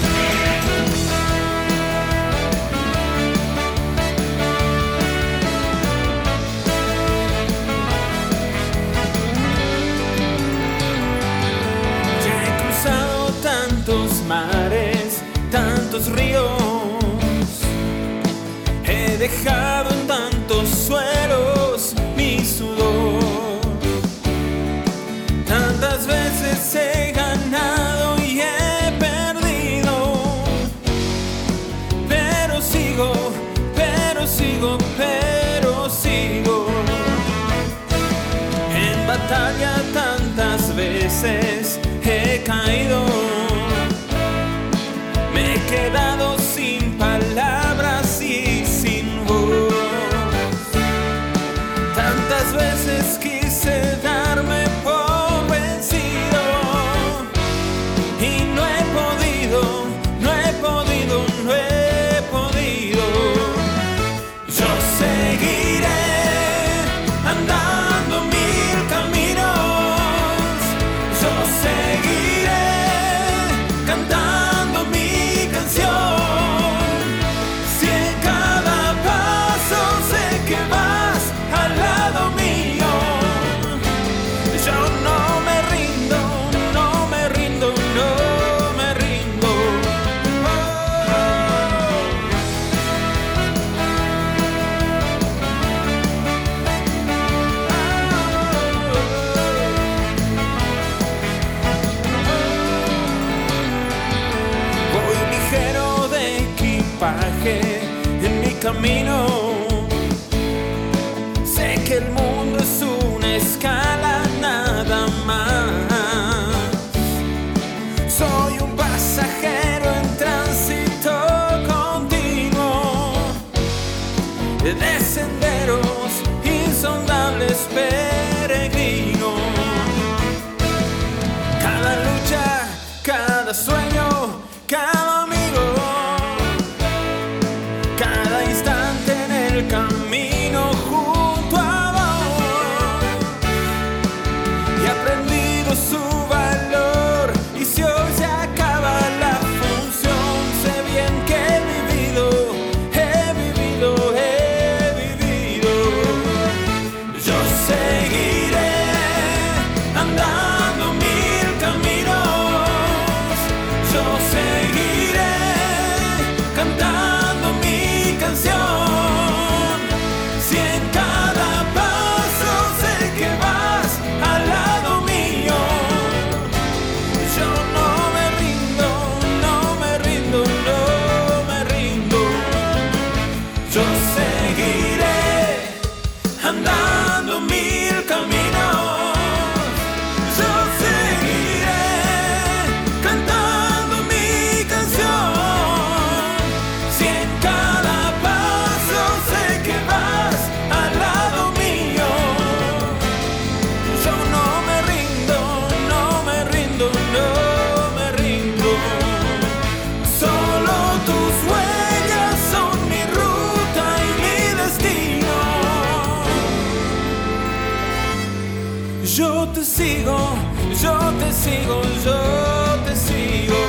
[SPEAKER 8] Tantos mares, tantos ríos, he dejado en tantos suelos mi sudor. Tantas veces he ganado y he perdido, pero sigo, pero sigo, pero sigo. En batalla tantas veces he caído, me he quedado
[SPEAKER 2] de senderos insondables peregrinos. Cada lucha, cada sueño, cada amigo, cada instante en el camino junto a vos. Y he aprendido su valor, y si hoy se acaba la función, sé bien que he vivido, he vivido, he vivido. Yo seguiré andando mil caminos, yo seguiré cantando mi canción. Si en cada paso sé que vas al lado mío, yo no me rindo, no me rindo, no me rindo. Yo seguiré andando mil caminos, yo seguiré cantando mi canción. Si en cada paso sé que vas al lado mío, yo no me rindo, no me rindo, no me rindo. Solo tus huellas son mi ruta y mi destino. Yo te sigo, yo te sigo, yo te sigo.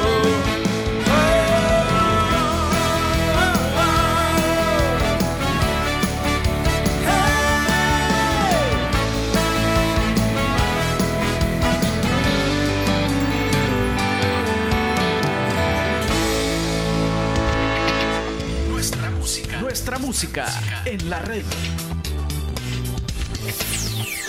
[SPEAKER 4] Nuestra música. Nuestra música en la red.